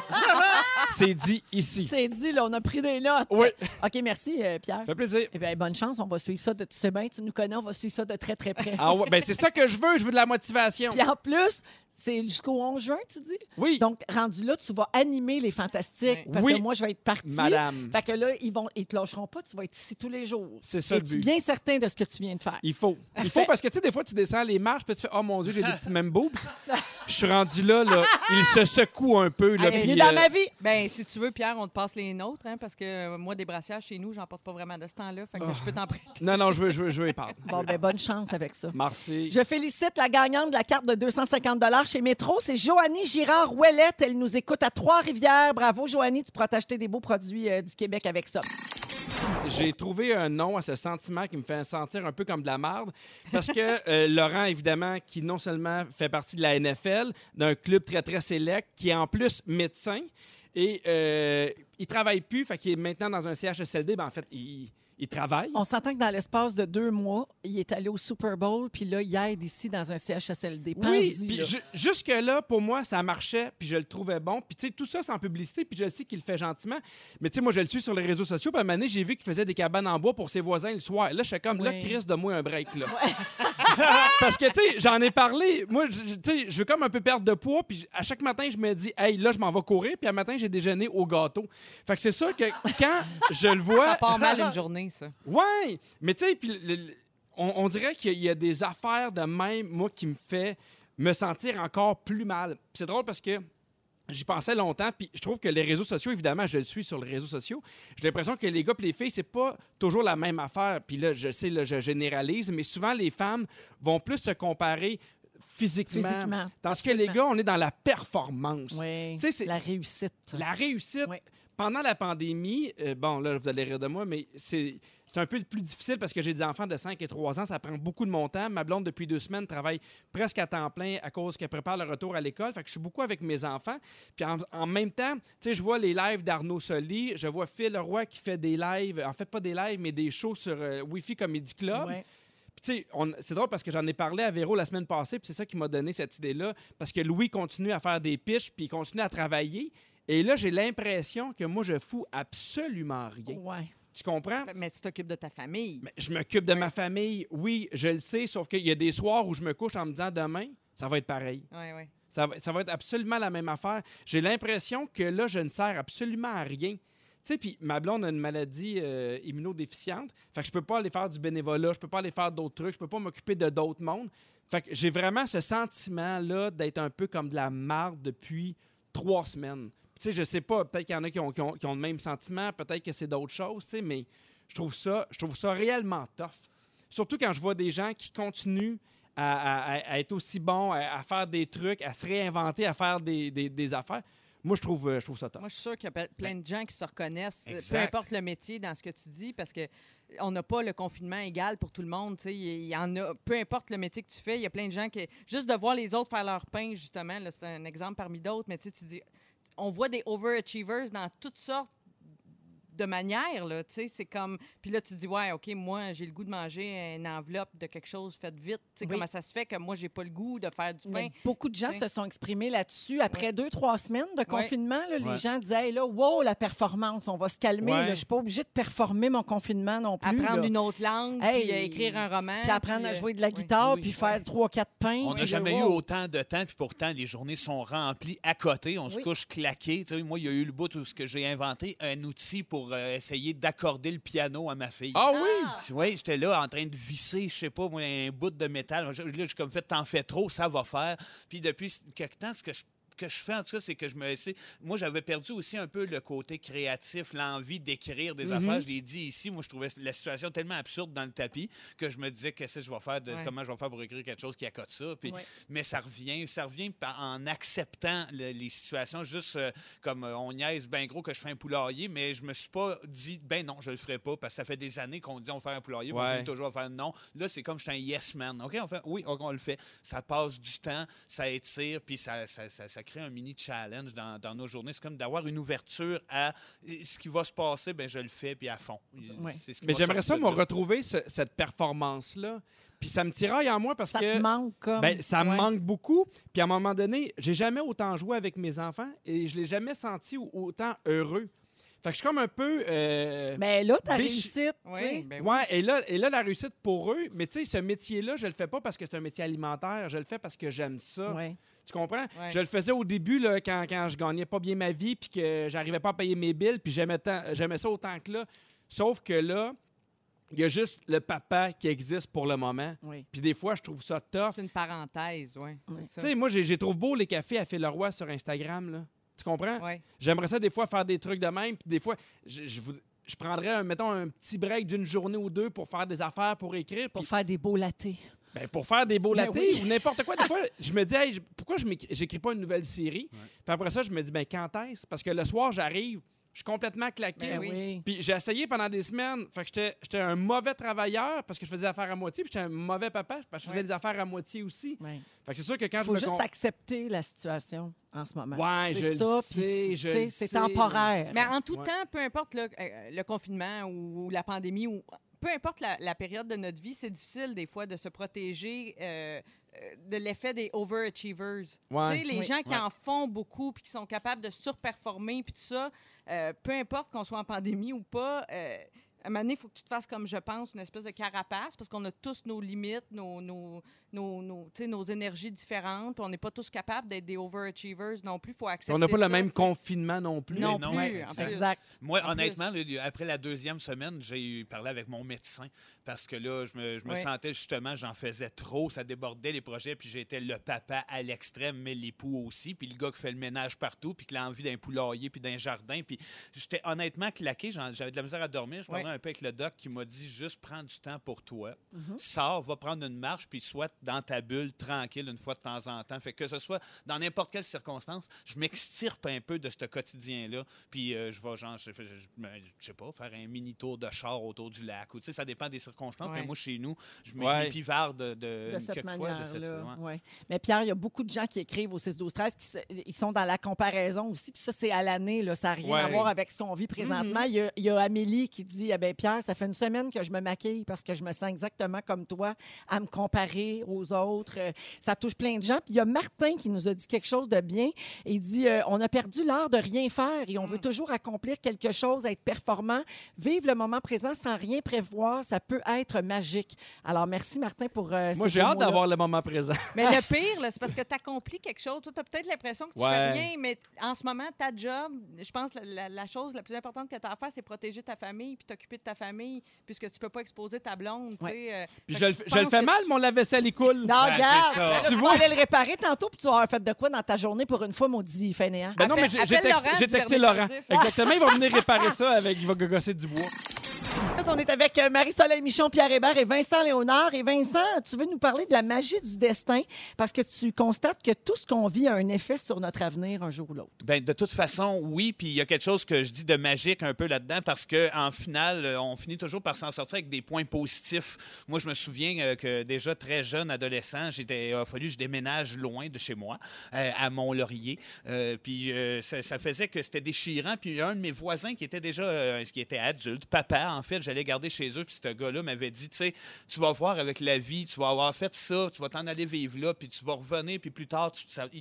C'est dit ici. C'est dit, là, on a pris des notes. Oui. OK, merci, Pierre. Ça fait plaisir. Eh bien, bonne chance. On va suivre ça. Tu sais bien, tu nous connais, on va suivre ça de très, très près. Ah ouais, ben c'est ça que je veux. Je veux de la motivation. Puis en plus, C'est jusqu'au 11 juin, tu dis? Oui, Donc, rendu là, tu vas animer les Fantastiques. Oui. Parce Oui. que moi, je vais être partie. madame. Fait que là, ils te lâcheront pas. Tu vas être ici tous les jours. C'est ça le Es-tu but. bien certain de ce que tu viens de faire? Il faut parce que, tu sais, des fois, tu descends les marches, puis tu fais « Oh mon Dieu, j'ai des petits même boobs. » Je suis rendu là, il se secoue un peu. Là, Bienvenue puis, dans ma vie! Ben, si tu veux, Pierre, on te passe les nôtres, hein, parce que moi, des brassières chez nous, j'en porte pas vraiment de ce temps-là. Fait que je peux t'en prêter. Non, je veux y parler. Bon, ben bonne chance avec ça. Merci. Je félicite la gagnante de la carte de 250 chez Métro. C'est Joanie Girard-Ouellette. Elle nous écoute à Trois-Rivières. Bravo, Joanie. Tu pourras t'acheter des beaux produits du Québec avec ça. J'ai trouvé un nom à ce sentiment qui me fait sentir un peu comme de la marde. Parce que Laurent, évidemment, qui non seulement fait partie de la NFL, d'un club très, très sélect, qui est en plus médecin, et il travaille plus, fait qu'il est maintenant dans un CHSLD. Ben, en fait, il travaille. On s'entend que dans l'espace de 2 mois, il est allé au Super Bowl, puis là, il aide ici dans un CHSLD. Oui, Pense-y, puis là. jusque-là, pour moi, ça marchait, puis je le trouvais bon. Puis, tu sais, tout ça sans publicité, puis je sais qu'il le fait gentiment. Mais, tu sais, moi, je le suis sur les réseaux sociaux. Puis, à un moment donné, j'ai vu qu'il faisait des cabanes en bois pour ses voisins le soir. Là, je suis comme, là, Oui. Chris, donne-moi un break, là. Parce que, tu sais, j'en ai parlé. Moi, tu sais, je veux comme un peu perdre de poids, puis à chaque matin, je me dis, hey, là, je m'en vais courir, puis à matin, j'ai déjeuné au gâteau. Fait que c'est sûr que quand je le vois. Ça part mal une journée, ça. Ouais, mais tu sais, puis on dirait qu'il y a des affaires de même, moi, qui me fait me sentir encore plus mal. Puis c'est drôle parce que j'y pensais longtemps, puis je trouve que les réseaux sociaux, évidemment, je le suis sur les réseaux sociaux, j'ai l'impression que les gars et les filles, c'est pas toujours la même affaire. Puis là, je sais, là, je généralise, mais souvent, les femmes vont plus se comparer physiquement. Tandis que les gars, on est dans la performance. Oui, Tu sais, la réussite. La réussite. Oui. Pendant la pandémie, bon, là, vous allez rire de moi, mais c'est un peu plus difficile parce que j'ai des enfants de 5 et 3 ans. Ça prend beaucoup de mon temps. Ma blonde, depuis 2 semaines, travaille presque à temps plein à cause qu'elle prépare le retour à l'école. Fait que je suis beaucoup avec mes enfants. Puis en même temps, tu sais, je vois les lives d'Arnaud Soli. Je vois Phil Leroy qui fait des lives. En fait, pas des lives, mais des shows sur Wi-Fi Comedy Club. Ouais. Puis, tu sais, c'est drôle parce que j'en ai parlé à Véro la semaine passée, puis c'est ça qui m'a donné cette idée-là. Parce que Louis continue à faire des pitches, puis il continue à travailler. Et là, j'ai l'impression que moi, je fous absolument rien. Ouais. Tu comprends? Mais tu t'occupes de ta famille. Mais je m'occupe de ma famille, oui, je le sais, sauf qu'il y a des soirs où je me couche en me disant demain, ça va être pareil. Oui, oui. Ça va être absolument la même affaire. J'ai l'impression que là, je ne sers absolument à rien. Tu sais, puis ma blonde a une maladie immunodéficiente. Fait que je peux pas aller faire du bénévolat, je peux pas aller faire d'autres trucs, je peux pas m'occuper de d'autres mondes. Fait que j'ai vraiment ce sentiment-là d'être un peu comme de la marde depuis 3 semaines. Tu sais, je sais pas, peut-être qu'il y en a qui ont le même sentiment, peut-être que c'est d'autres choses, tu sais, mais je trouve ça réellement tough. Surtout quand je vois des gens qui continuent à être aussi bons, à faire des trucs, à se réinventer, à faire des affaires. Moi, je trouve ça tough. Moi, je suis sûr qu'il y a plein de gens qui se reconnaissent, Exact. peu importe le métier, dans ce que tu dis, parce que on n'a pas le confinement égal pour tout le monde. Il y en a, peu importe le métier que tu fais, il y a plein de gens qui... Juste de voir les autres faire leur pain, justement, là, c'est un exemple parmi d'autres, mais tu dis... On voit des overachievers dans toutes sortes de manière, là, tu sais, c'est comme... Puis là, tu te dis, ouais, OK, moi, j'ai le goût de manger une enveloppe de quelque chose fait vite. Tu sais, Oui. comment ça se fait que moi, j'ai pas le goût de faire du pain? Mais beaucoup de gens Oui. se sont exprimés là-dessus. Après 2-3 semaines de confinement, là, les Ouais. gens disaient, hey, là, wow, la performance, on va se calmer. Ouais. Là, je suis pas obligée de performer mon confinement non plus. Apprendre là. une autre langue, Hey, puis écrire un roman. Puis apprendre à puis, jouer de la oui. guitare, Oui. puis faire 3-4 pains. On n'a puis jamais eu wow. autant de temps, puis pourtant, les journées sont remplies à côté. On se Oui. couche claqué. Tu sais, moi, il y a eu le bout où ce que j'ai inventé un outil pour essayer d'accorder le piano à ma fille. Ah oui? Oui, j'étais là en train de visser, je sais pas, moi, un bout de métal. Là, j'ai comme fait, t'en fais trop, ça va faire. Puis depuis quelque temps, ce que je fais, en tout cas, c'est que moi, j'avais perdu aussi un peu le côté créatif, l'envie d'écrire des affaires. Je l'ai dit ici, moi, je trouvais la situation tellement absurde dans le tapis que je me disais, qu'est-ce que je vais faire, comment je vais faire pour écrire quelque chose qui accote ça. Puis, mais ça revient en acceptant les situations, juste comme on niaise bien gros que je fais un poulailler, mais je me suis pas dit, ben non, je le ferai pas, parce que ça fait des années qu'on dit on va faire un poulailler, Ouais. on continue toujours à faire non. Là, c'est comme je suis un yes man. OK, on le fait. Ça passe du temps, ça étire, puis ça crée un mini challenge dans nos journées. C'est comme d'avoir une ouverture à ce qui va se passer, ben je le fais, puis à fond. Ouais. C'est ce qui Mais va j'aimerais ça, sortir moi, de là. retrouver cette performance-là. Puis ça me tiraille en moi parce Ça que... te manque comme... Ben, ça me Ouais. manque beaucoup. Puis à un moment donné, j'ai jamais autant joué avec mes enfants et je l'ai jamais senti autant heureux. Fait que je suis comme un peu... Mais là, ta Déchi- réussite, tu sais. Oui, ben oui. Ouais, et là, la réussite pour eux, mais tu sais, ce métier-là, je le fais pas parce que c'est un métier alimentaire, je le fais parce que j'aime ça. Ouais. Tu comprends? Ouais. Je le faisais au début, là, quand je gagnais pas bien ma vie puis que j'arrivais pas à payer mes billes, puis j'aimais ça autant que là. Sauf que là, il y a juste le papa qui existe pour le moment. Oui. Puis des fois, je trouve ça tough. C'est une parenthèse, oui. Oui. Tu sais, moi, j'ai trouve beau les cafés à Phil-Leroy sur Instagram, là. Tu comprends? Ouais. J'aimerais ça des fois faire des trucs de même, puis des fois, je prendrais, mettons, un petit break d'une journée ou deux pour faire des affaires, pour écrire. Pour Puis, faire des beaux latés. ben, pour faire des beaux Ben latés oui. ou n'importe quoi. Des fois, je me dis, hey, pourquoi j'écris pas une nouvelle série? Puis après ça, je me dis, ben, quand est-ce? Parce que le soir, j'arrive, je suis complètement claqué. Ben Oui. oui. Puis j'ai essayé pendant des semaines. Fait que j'étais un mauvais travailleur parce que je faisais des affaires à moitié. Puis j'étais un mauvais papa parce que je faisais des affaires à moitié aussi. Oui. Fait que c'est sûr que quand Il faut je me juste accepter la situation en ce moment. Ouais, c'est je le ça, sais, puis je tu sais, le c'est sais. temporaire. Mais en tout Ouais. temps, peu importe le confinement ou la pandémie, ou peu importe la période de notre vie, c'est difficile des fois de se protéger de l'effet des overachievers. Ouais. Tu sais, les Oui. gens qui en font beaucoup puis qui sont capables de surperformer puis tout ça, peu importe qu'on soit en pandémie ou pas, à un moment donné, il faut que tu te fasses, comme je pense, une espèce de carapace parce qu'on a tous nos limites, tu sais, nos énergies différentes. puis on n'est pas tous capables d'être des overachievers non plus. Il faut accepter On n'a pas ça, le même tu sais. confinement non plus. Non, non, plus. ouais, en exact. plus. Exact. Moi, En honnêtement, là, après la deuxième semaine, j'ai parlé avec mon médecin parce que là, je me Oui. sentais justement, j'en faisais trop, ça débordait les projets, puis j'étais le papa à l'extrême, mais l'époux aussi, puis le gars qui fait le ménage partout, puis qui a envie d'un poulailler, puis d'un jardin, puis j'étais honnêtement claqué, j'avais de la misère à dormir, je parlais Oui. un peu avec le doc qui m'a dit juste prends du temps pour toi, sors, va prendre une marche, puis sois dans ta bulle, tranquille, une fois de temps en temps. Fait que ce soit dans n'importe quelle circonstance, je m'extirpe un peu de ce quotidien-là, puis je vais, genre, je sais pas, faire un mini tour de char autour du lac, ou tu sais, ça dépend des circonstances, Ouais. mais moi, chez nous, je Ouais. m'épivarde De cette quelquefois de cette manière-là. ouais. Ouais. Mais Pierre, il y a beaucoup de gens qui écrivent au 6-12-13 ils sont dans la comparaison aussi. Puis ça, c'est à l'année. Là, ça n'a rien Ouais. à voir avec ce qu'on vit présentement. Il y a Amélie qui dit eh bien, Pierre, ça fait une semaine que je me maquille parce que je me sens exactement comme toi à me comparer aux autres. Ça touche plein de gens. Puis il y a Martin qui nous a dit quelque chose de bien. Il dit on a perdu l'art de rien faire et on veut toujours accomplir quelque chose, être performant. Vivre le moment présent sans rien prévoir, ça peut être magique. Alors, merci Martin pour Moi, ces j'ai beaux hâte mots-là. d'avoir le moment présent. Mais le pire, là, c'est parce que tu accomplis quelque chose. Toi, tu as peut-être l'impression que tu Ouais. fais rien, mais en ce moment, ta job, je pense que la chose la plus importante que tu as à faire, c'est protéger ta famille puis t'occuper de ta famille, puisque tu peux pas exposer ta blonde. tu sais, Puis fait je que le pense fais que mal, tu- mon lave-vaisselle, il coule. Non, Ben, regarde, c'est ça. tu vas aller le réparer tantôt, puis tu vas avoir fait de quoi dans ta journée pour une fois, maudit fainéant. Ben non, mais Appelle Laurent j'ai du texté Vernis Laurent. Tardif. Exactement, il va venir réparer ça avec. Il va gosser du bois. On est avec Marie-Soleil Michon, Pierre Hébert et Vincent Léonard. Et Vincent, tu veux nous parler de la magie du destin parce que tu constates que tout ce qu'on vit a un effet sur notre avenir un jour ou l'autre. Ben, de toute façon, oui. Puis il y a quelque chose que je dis de magique un peu là-dedans parce qu'en finale, on finit toujours par s'en sortir avec des points positifs. Moi, je me souviens que déjà très jeune, adolescent, il a fallu que je déménage loin de chez moi, à Mont-Laurier. Puis ça faisait que c'était déchirant. Puis un de mes voisins qui était déjà, qui était adulte, papa, en fait, j'allais garder chez eux. Puis ce gars-là m'avait dit, tu sais, tu vas voir avec la vie, tu vas avoir fait ça, tu vas t'en aller vivre là, puis tu vas revenir, puis plus tard, il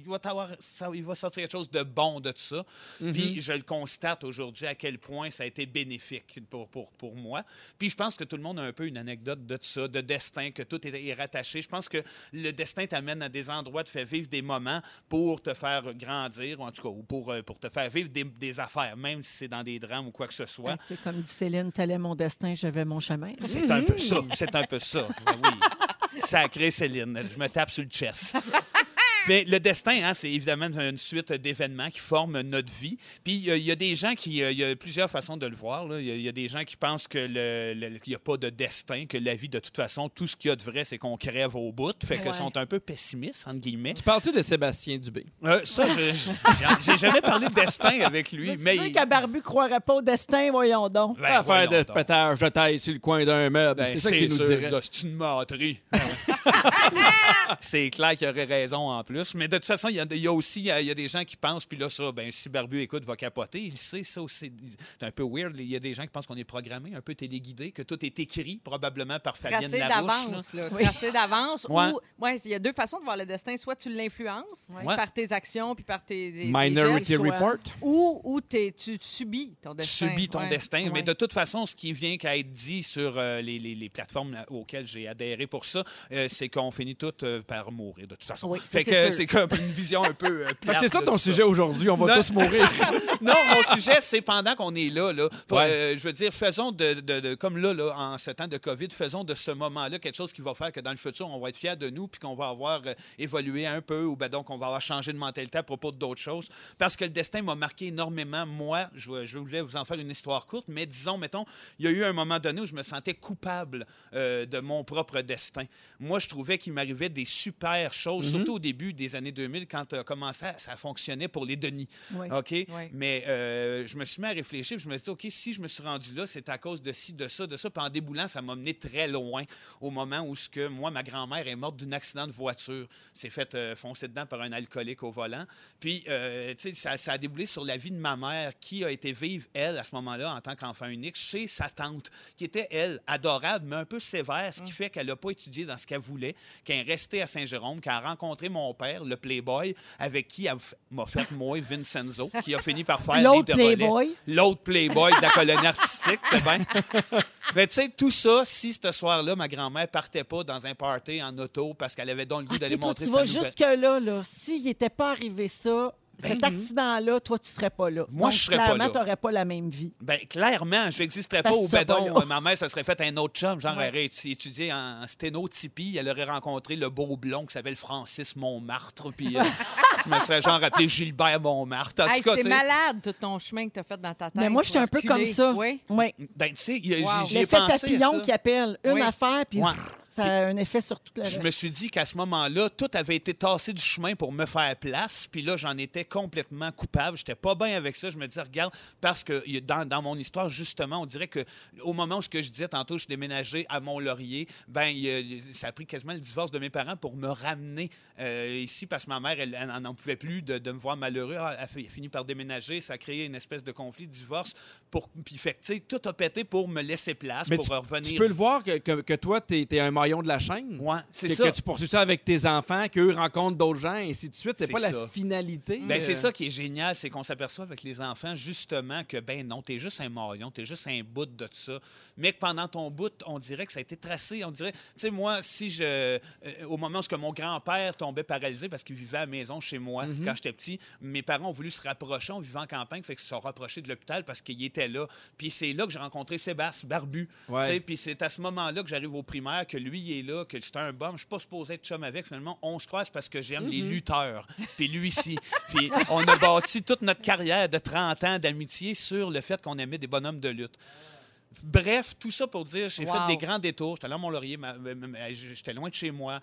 va sortir quelque chose de bon de tout ça. Puis je le constate aujourd'hui à quel point ça a été bénéfique pour moi. Puis je pense que tout le monde a un peu une anecdote de tout ça, de destin, que tout est rattaché. Je pense que le destin t'amène à des endroits, te fait vivre des moments pour te faire grandir, ou en tout cas, ou pour te faire vivre des affaires, même si c'est dans des drames ou quoi que ce soit. C'est comme dit Céline, tel est mon destin, je vais mon chemin. C'est un peu ça. C'est un peu ça. Oui. Sacré Céline. Je me tape sur le chest. Mais le destin, hein, c'est évidemment une suite d'événements qui forment notre vie. Puis il y a des gens qui... Il y a plusieurs façons de le voir. Là. Il y a des gens qui pensent que qu'il n'y a pas de destin, que la vie, de toute façon, tout ce qu'il y a de vrai, c'est qu'on crève au bout. Fait que sont un peu pessimistes, entre guillemets. Tu parles-tu de Sébastien Dubé? Ça, j'ai jamais parlé de destin avec lui. Tu Mais sais qu'un barbu croirait pas au destin, voyons donc. Ben, Affaire voyons de donc. pétage de taille sur le coin d'un meuble. Ben, c'est ça qu'il nous sûr, dirait. là, c'est une menterie. C'est clair qu'il aurait raison en plus. Mais de toute façon, il y a aussi il y a des gens qui pensent, puis là, ça, ben, si Barbu écoute, va capoter. Il sait, ça aussi. C'est un peu weird. Il y a des gens qui pensent qu'on est programmé, un peu téléguidé, que tout est écrit, probablement par Fabienne Tracé Larouche. là. d'avance. Là. Oui. Tracé d'avance. Ouais. Ouais, il y a deux façons de voir le destin. Soit tu l'influences Ouais. par tes actions puis par tes Minority gestes, choix. Report. ou tu subis ton Tu destin. subis ton Ouais. destin. Mais Ouais. de toute façon, ce qui vient qu'à être dit sur les plateformes auxquelles j'ai adhéré pour ça, c'est qu'on finit tous par mourir, de toute façon. Oui, fait c'est que sûr. c'est comme une vision un peu Fait que plate, c'est ça là, ton tout sujet aujourd'hui, on va tous mourir. Non, mon sujet, c'est pendant qu'on est là. Ouais. Je veux dire, faisons comme là, en ce temps de COVID, faisons de ce moment-là quelque chose qui va faire que dans le futur, on va être fiers de nous puis qu'on va avoir évolué un peu ou donc on va avoir changé de mentalité à propos d'autres choses. Parce que le destin m'a marqué énormément. Moi, je voulais vous en faire une histoire courte, mais disons, mettons, il y a eu un moment donné où je me sentais coupable de mon propre destin. Moi, je trouvais qu'il m'arrivait des super choses, surtout au début des années 2000, quand ça fonctionnait pour les Denis. Oui. OK? Oui. Mais je me suis mis à réfléchir, puis je me suis dit, OK, si je me suis rendu là, c'est à cause de ci, de ça, de ça. Puis en déboulant, ça m'a mené très loin au moment où moi, ma grand-mère est morte d'un accident de voiture. S'est fait foncer dedans par un alcoolique au volant. Puis, tu sais, ça a déboulé sur la vie de ma mère qui a été vivre, elle, à ce moment-là, en tant qu'enfant unique, chez sa tante, qui était, elle, adorable, mais un peu sévère, ce qui fait qu'elle n'a pas étudié dans ce qu'elle voulait, qu'elle est restée à Saint-Jérôme, qu'elle a rencontré mon père, le Playboy, avec qui elle m'a fait, moi, Vincenzo, qui a fini par faire L'autre les relais. Playboy. L'autre Playboy de la colonie artistique, c'est bien. Mais tu sais, tout ça, si ce soir-là, ma grand-mère partait pas dans un party en auto parce qu'elle avait donc le goût d'aller OK, toi, montrer tu sa vas nouvelle... jusque-là, là. S'il n'était pas arrivé ça, cet accident-là, toi, tu serais pas là. Moi, Donc, je serais pas clairement, là. tu n'aurais pas la même vie. Bien, clairement, je n'existerais pas Parce au que tu serais pas bédon. là. Ma mère, ça serait fait un autre chum. Genre, Ouais. elle aurait étudié en sténotypie. Elle aurait rencontré le beau blond qui s'appelle Francis Montmartre. Puis, je me serais genre appelé Gilbert Montmartre. En Hey, tout cas, c'est tu sais, malade, tout ton chemin que tu as fait dans ta tête. Mais moi, j'étais un peu comme ça. Oui. Oui. ben, tu sais, j'y Wow. ai L'effet pensé à papillon ça. qui appelle une Oui. affaire, puis Ouais. ça a un effet sur tout le Je reste. me suis dit qu'à ce moment-là, tout avait été tassé du chemin pour me faire place. Puis là, j'en étais complètement coupable. J'étais pas bien avec ça. Je me disais, regarde, parce que dans mon histoire, justement, on dirait qu'au moment où ce que je disais tantôt, je suis déménagé à Mont-Laurier, ben ça a pris quasiment le divorce de mes parents pour me ramener ici parce que ma mère, elle n'en pouvait plus de me voir malheureux. Elle a fini par déménager. Ça a créé une espèce de conflit, de divorce. Puis, fait que, tu sais, tout a pété pour me laisser place, Mais pour tu revenir. peux le voir que toi, t'es un maillon de la chaîne. Ouais, c'est que, ça. que tu poursuis ça avec tes enfants, qu'eux rencontrent d'autres gens, et ainsi de suite. C'est C'est pas la ça. finalité. Ben, c'est ça qui est génial, c'est qu'on s'aperçoit avec les enfants, justement, que, ben non, t'es juste un maillon, t'es juste un bout de ça. Mais que pendant ton bout, on dirait que ça a été tracé. On dirait, tu sais, moi, si au moment où mon grand-père tombait paralysé parce qu'il vivait à la maison chez moi quand j'étais petit, mes parents ont voulu se rapprocher, on vivait en campagne, fait qu'ils se sont rapprochés de l'hôpital parce qu'il était là. Puis c'est là que j'ai rencontré Sébastien Barbu. Ouais. Tu sais, puis c'est à ce moment-là que j'arrive au primaire, que lui il est là, que c'est un bum. Je suis pas supposé être chum avec. Finalement, on se croise parce que j'aime les lutteurs. Puis lui ici. Puis on a bâti toute notre carrière de 30 ans d'amitié sur le fait qu'on aimait des bonhommes de lutte. Bref, tout ça pour dire, j'ai Wow. fait des grands détours. J'étais allé à Mont-Laurier, j'étais loin de chez moi.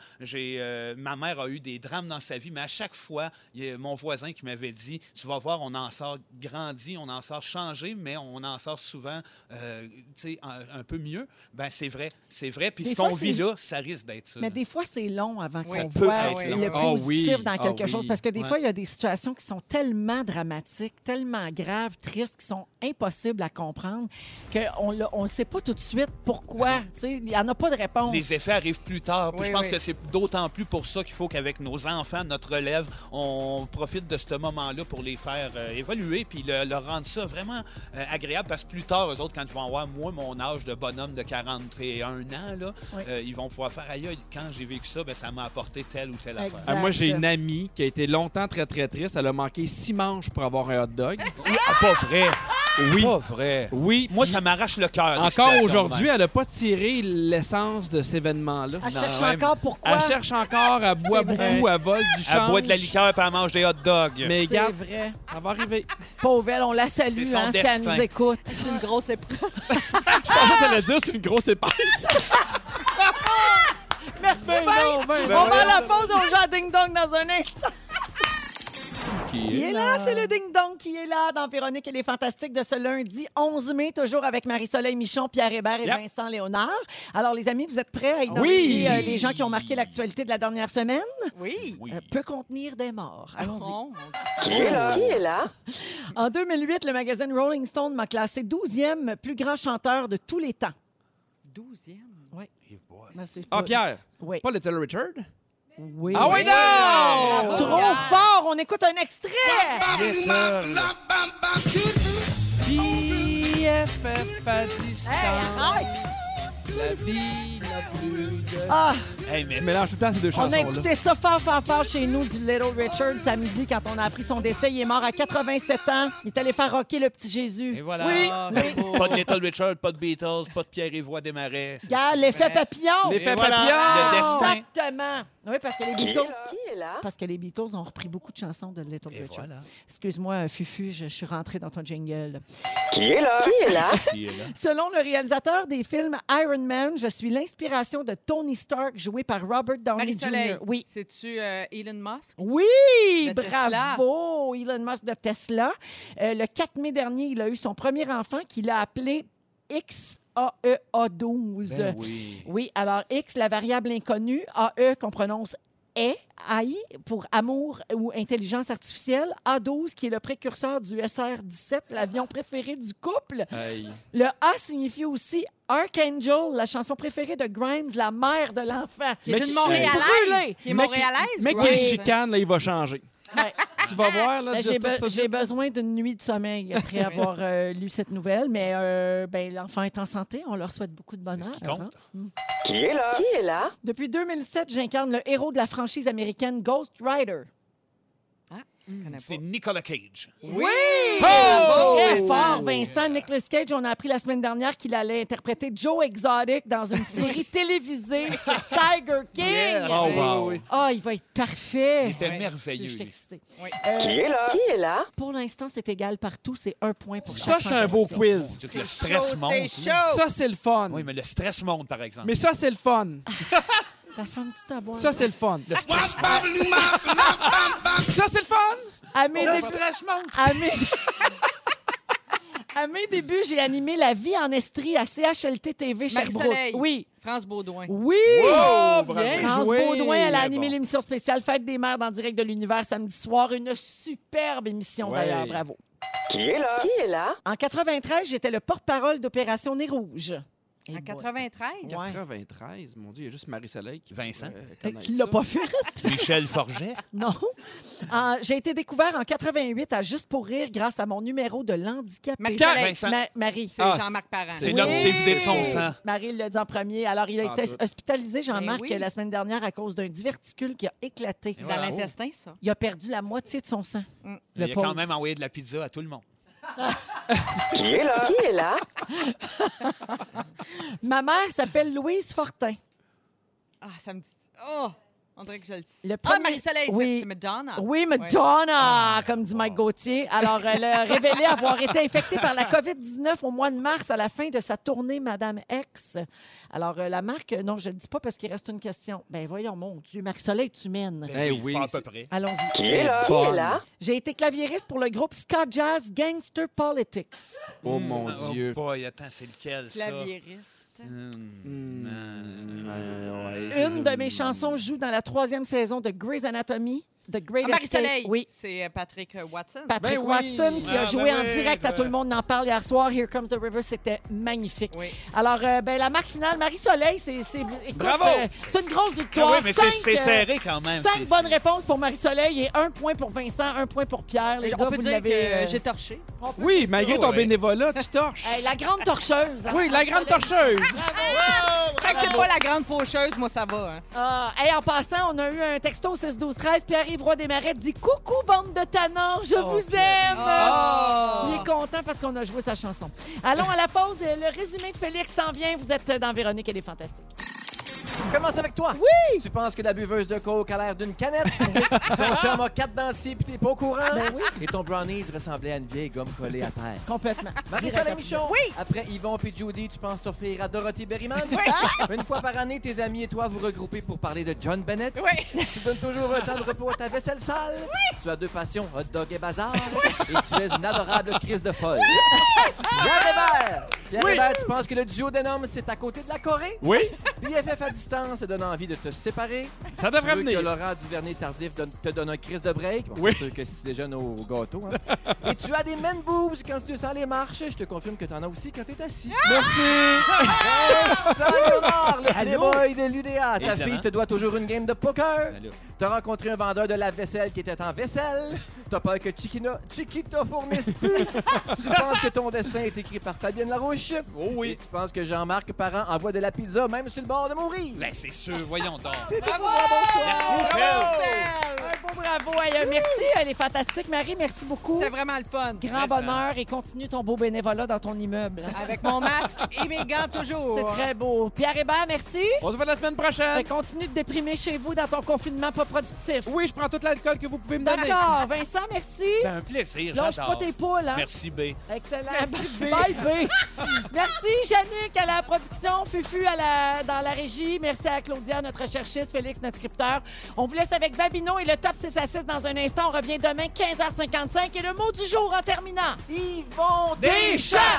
Ma mère a eu des drames dans sa vie, mais à chaque fois, il y a mon voisin qui m'avait dit, tu vas voir, on en sort grandi, on en sort changé, mais on en sort souvent tu sais, un peu mieux. Ben c'est vrai. Puis Des ce qu'on fois, vit c'est- là, ça risque d'être ça. Mais là. des fois, c'est long avant Oui. qu'on Ça peut voit être long. le Ah positif oui, dans quelque ah chose. oui. Parce que des Ouais. fois, il y a des situations qui sont tellement dramatiques, tellement graves, tristes, qui sont impossibles à comprendre, qu'on ne sait pas tout de suite pourquoi. Tu sais, il n'y en a pas de réponse. Les effets arrivent plus tard. Puis Oui, je pense oui. que c'est d'autant plus pour ça qu'il faut qu'avec nos enfants, notre relève, on profite de ce moment-là pour les faire évoluer puis leur rendre ça vraiment agréable. Parce que plus tard, eux autres, quand ils vont avoir, moi, mon âge de bonhomme de 41 ans, là, Oui. ils vont pouvoir faire, aïe, quand j'ai vécu ça, ben, ça m'a apporté telle ou telle Exact. affaire. Moi, j'ai une amie qui a été longtemps très, très triste. Elle a manqué 6 manches pour avoir un hot dog. Oui, pas vrai. Oui. Pas vrai. Oui. Moi, puis ça m'arrache le cœur. des encore situations aujourd'hui, de même. elle n'a pas tiré l'essence de cet événement-là. Elle Non, cherche ouais, encore pourquoi. Elle cherche encore, elle boit C'est vrai. beaucoup, elle vole du change. Elle boit de la liqueur puis elle mange des hot dogs. Mais C'est regarde, vrai. ça va arriver. Pauvre elle, on la salue C'est son hein, si elle destin. nous écoute. C'est une grosse épreuve. Je pensais que t'allais dire c'est une grosse épaisse. Merci, Ben Vince. non, ben On non. va à la pause, on joue à Ding Dong dans un instant. Qui est là? C'est le Ding Dong qui est là dans Véronique et les Fantastiques de ce lundi 11 mai, toujours avec Marie-Soleil Michon, Pierre Hébert et Yep. Vincent Léonard. Alors, les amis, vous êtes prêts à identifier Oui. les gens qui ont marqué l'actualité de la dernière semaine? Oui. Oui. Peut contenir des morts. Allons-y. Oh, mon Dieu. Qui est là? En 2008, le magazine Rolling Stone m'a classé 12e plus grand chanteur de tous les temps. 12e. Ben, c'est Ah, pas- Pierre, Oui. pas Little Richard? Oui. Ah oui, non! Trop fort! On écoute un extrait! BFF à distance. Hey, arrête! La vie n'a plus de Ah, Hey, mais Je mélange tout le temps ces deux On a chansons-là. écouté ça fort chez nous du Little Richard samedi quand on a appris son décès. Il est mort à 87 ans. Il est allé faire rocker le petit Jésus. Et voilà. Oui. Ah, c'est beau. Pas de Little Richard, pas de Beatles, pas de Pierre-Yvois Desmarais. Regarde, l'effet papillon. L'effet voilà, papillon. le destin. Exactement. Oui, parce que les Qui Beatles... est là? Parce que les Beatles ont repris beaucoup de chansons de Little Et Richard. voilà. Excuse-moi, Fufu, je suis rentrée dans ton jingle. Qui est là? Qui est là? Selon le réalisateur des films Iron Man, je suis l'inspiration de Tony Stark, joué par Robert Downey Marie-Soleil, Jr. Oui. c'est-tu Elon Musk? Oui, De Tesla. bravo, Elon Musk de Tesla. Le 4 mai dernier, il a eu son premier enfant qu'il a appelé XAEA12. Ben oui. Oui, alors X, la variable inconnue, AE qu'on prononce AI pour amour ou intelligence artificielle, A12 qui est le précurseur du SR-17, l'avion préféré du couple. Aïe. Le A signifie aussi Archangel, la chanson préférée de Grimes, la mère de l'enfant. Qui est Mais une qui- Montréalaise. Brûlée. Qui est Mais montréalaise? Mais Ouais. qu'il chicane, là, il va changer. Ouais. Tu vas voir, là, Ben, de tout ça. j'ai besoin d'une nuit de sommeil après avoir lu cette nouvelle, mais ben, l'enfant est en santé. On leur souhaite beaucoup de bonheur. C'est ce qui compte. Qui est là? Qui est là? Depuis 2007, j'incarne le héros de la franchise américaine Ghost Rider. Je connais C'est pas. Nicolas Cage. Oui! Très Vincent. fort, Vincent. Nicolas Cage, on a appris la semaine dernière qu'il allait interpréter Joe Exotic dans une série télévisée sur Tiger King. Yes. Oh, wow. Ah, il va être parfait. Il était Ouais, merveilleux, Je suis lui. excitée. Qui est là? Qui est là? Pour l'instant, c'est égal partout. C'est 1 point pour Ça, chaque c'est un beau fantastique. quiz. Tout le stress chaud, monte. c'est là. chaud. Ça, c'est le fun. Oui, mais le stress monte, par exemple. Mais ça, c'est le fun. Ta femme, tu t'aboies. Ça, c'est le fun. Le stress Ça, c'est le fun. À mes Le débuts- stress monte. à mes débuts, j'ai animé La vie en Estrie à CHLT TV Sherbrooke. Marie-Soleil. Oui. France Baudouin. Oui! Wow, Bien bravo. joué. joué. Baudouin, elle a Très animé bon. l'émission spéciale Fête des mères dans Direct de l'Univers samedi soir. Une superbe émission, Ouais. d'ailleurs. Bravo. Qui est là? Qui est là? En 93, j'étais le porte-parole d'Opération Nez Rouge. En boy. 93? Ouais. 93, mon Dieu, il y a juste Marie-Soleil qui Vincent. Qui l'a pas fait? Michel Forget. Non. J'ai été découvert en 88 à Juste pour rire grâce à mon numéro de l'handicapé. Marie-Soleil. Vincent. Marie. C'est Ah, Jean-Marc Parent. C'est l'homme qui s'est vidé de son sang. Marie l'a dit en premier. Alors, il a Ah, été tout. hospitalisé, Jean-Marc, Ben oui. la semaine dernière à cause d'un diverticule qui a éclaté. C'est dans l'intestin, ça. Il a perdu la moitié de son sang. Mm. Le Il a pauvre. quand même envoyé de la pizza à tout le monde. Qui est là? Qui est là? Ma mère s'appelle Louise Fortin. Ah, ça me dit... Oh! On dirait que je le sais. Le Ah, premier- Marie-Soleil, Oui. c'est Madonna. Oui, Madonna, comme dit Mike Gauthier. Alors, elle a révélé avoir été infectée par la COVID-19 au mois de mars à la fin de sa tournée Madame X. Alors, la marque, non, je ne le dis pas parce qu'il reste une question. Ben voyons, mon Dieu, Marie-Soleil, tu mènes. Eh oui, Pas à c'est- peu près. Allons-y. Qui est là? Qui Bonne. est là? J'ai été claviériste pour le groupe Ska Jazz Gangster Politics. Oh mon Oh Dieu. boy, attends, c'est lequel, ça? Claviériste. Une de mes chansons joue dans la 3e saison de Grey's Anatomy, The Great Ah, Escape. Marie-Soleil. Oui. C'est Patrick Watson. Patrick Ben oui. Watson qui a Ah, joué ben en oui, direct à ben. Tout le monde en parle hier soir. Here Comes the River, c'était magnifique. Oui. Alors, ben, la marque finale, Marie-Soleil, écoute, Bravo! c'est une grosse Ah victoire. oui, mais c'est 5 serré quand même. 5 bonnes réponses pour Marie-Soleil et 1 point pour Vincent, 1 point pour Pierre. Les On gars, peut vous dire l'avez... que j'ai torché. on peut Oui, dire ça. malgré ton Ouais. bénévolat, tu torches. Hey, la grande torcheuse. hein, Oui, la grande Marie-Soleil. torcheuse. Fait que c'est pas la grande faucheuse, moi, ça va. Hein. Ah, hey, en passant, on a eu un texto 6-12-13. Pierre-Yves Roy Desmarais dit « Coucou, bande de tannants, je vous aime! Oh! Il est content parce qu'on a joué sa chanson. Allons à la pause. Le résumé de Félix s'en vient. Vous êtes dans Véronique, elle est fantastique. Commence avec toi. Oui! Tu penses que la buveuse de coke a l'air d'une canette? Ton chum a 4 dentiers pis t'es pas au courant? Ben oui. Et ton brownies ressemblait à une vieille gomme collée à terre. Complètement. Marie-Soleil Direct. Michon, après Yvon et Judy, tu penses t'offrir à Dorothy Berryman? Une fois par année, tes amis et toi vous regroupez pour parler de John Bennett. Oui. Tu donnes toujours un temps de repos à ta vaisselle sale. Tu as 2 passions, hot dog et bazar. Et tu es une adorable crise de folle. Pierre Hébert! Pierre Hébert, tu penses que le duo d'énormes, c'est à côté de la Corée? Oui, BFF à distance te donne envie de te séparer. ça Tu devrait veux que venir. Laurent Duvernay-Tardif te donne un crise de break. Bon, Oui. C'est sûr que si tu déjeunes au gâteau. Hein. Et tu as des men boobs quand tu descends les marches. Je te confirme que tu en as aussi quand tu es assis. Merci! Saint-Léonard, le playboy de l'UDA. Ta Évidemment. fille te doit toujours une game de poker. Ben là. T'as rencontré un vendeur de lave-vaisselle qui était en vaisselle. T'as peur que Chiquita fournisse plus. Tu penses que ton destin est écrit par Fabienne Larouche. Oh oui. Et tu penses que Jean-Marc Parent envoie de la pizza même sur le mort de mourir. Ben, c'est sûr, voyons donc. C'est tout Bravo! pour un bon show. Merci, Phil. Un beau bravo. Hey, merci, elle est fantastique. Marie, merci beaucoup. C'était vraiment le fun. Grand Mais ça- bonheur et continue ton beau bénévolat dans ton immeuble. Avec mon masque et mes gants toujours. C'est très beau. Pierre Hébert, merci. On se voit la semaine prochaine. Continue de déprimer chez vous dans ton confinement pas productif. Oui, je prends tout l'alcool que vous pouvez me donner. D'accord. Vincent, merci. Ben, un plaisir, Lâche pas j'adore. tes poules, hein? Merci, B. Excellent. Merci, B. Bye, B. Merci, Yannick, à la production, Fufu dans la régie. Merci à Claudia, notre recherchiste, Félix, notre scripteur. On vous laisse avec Babino et le top 6 à 6 dans un instant. On revient demain, 15h55. Et le mot du jour en terminant. Yvon Deschamps!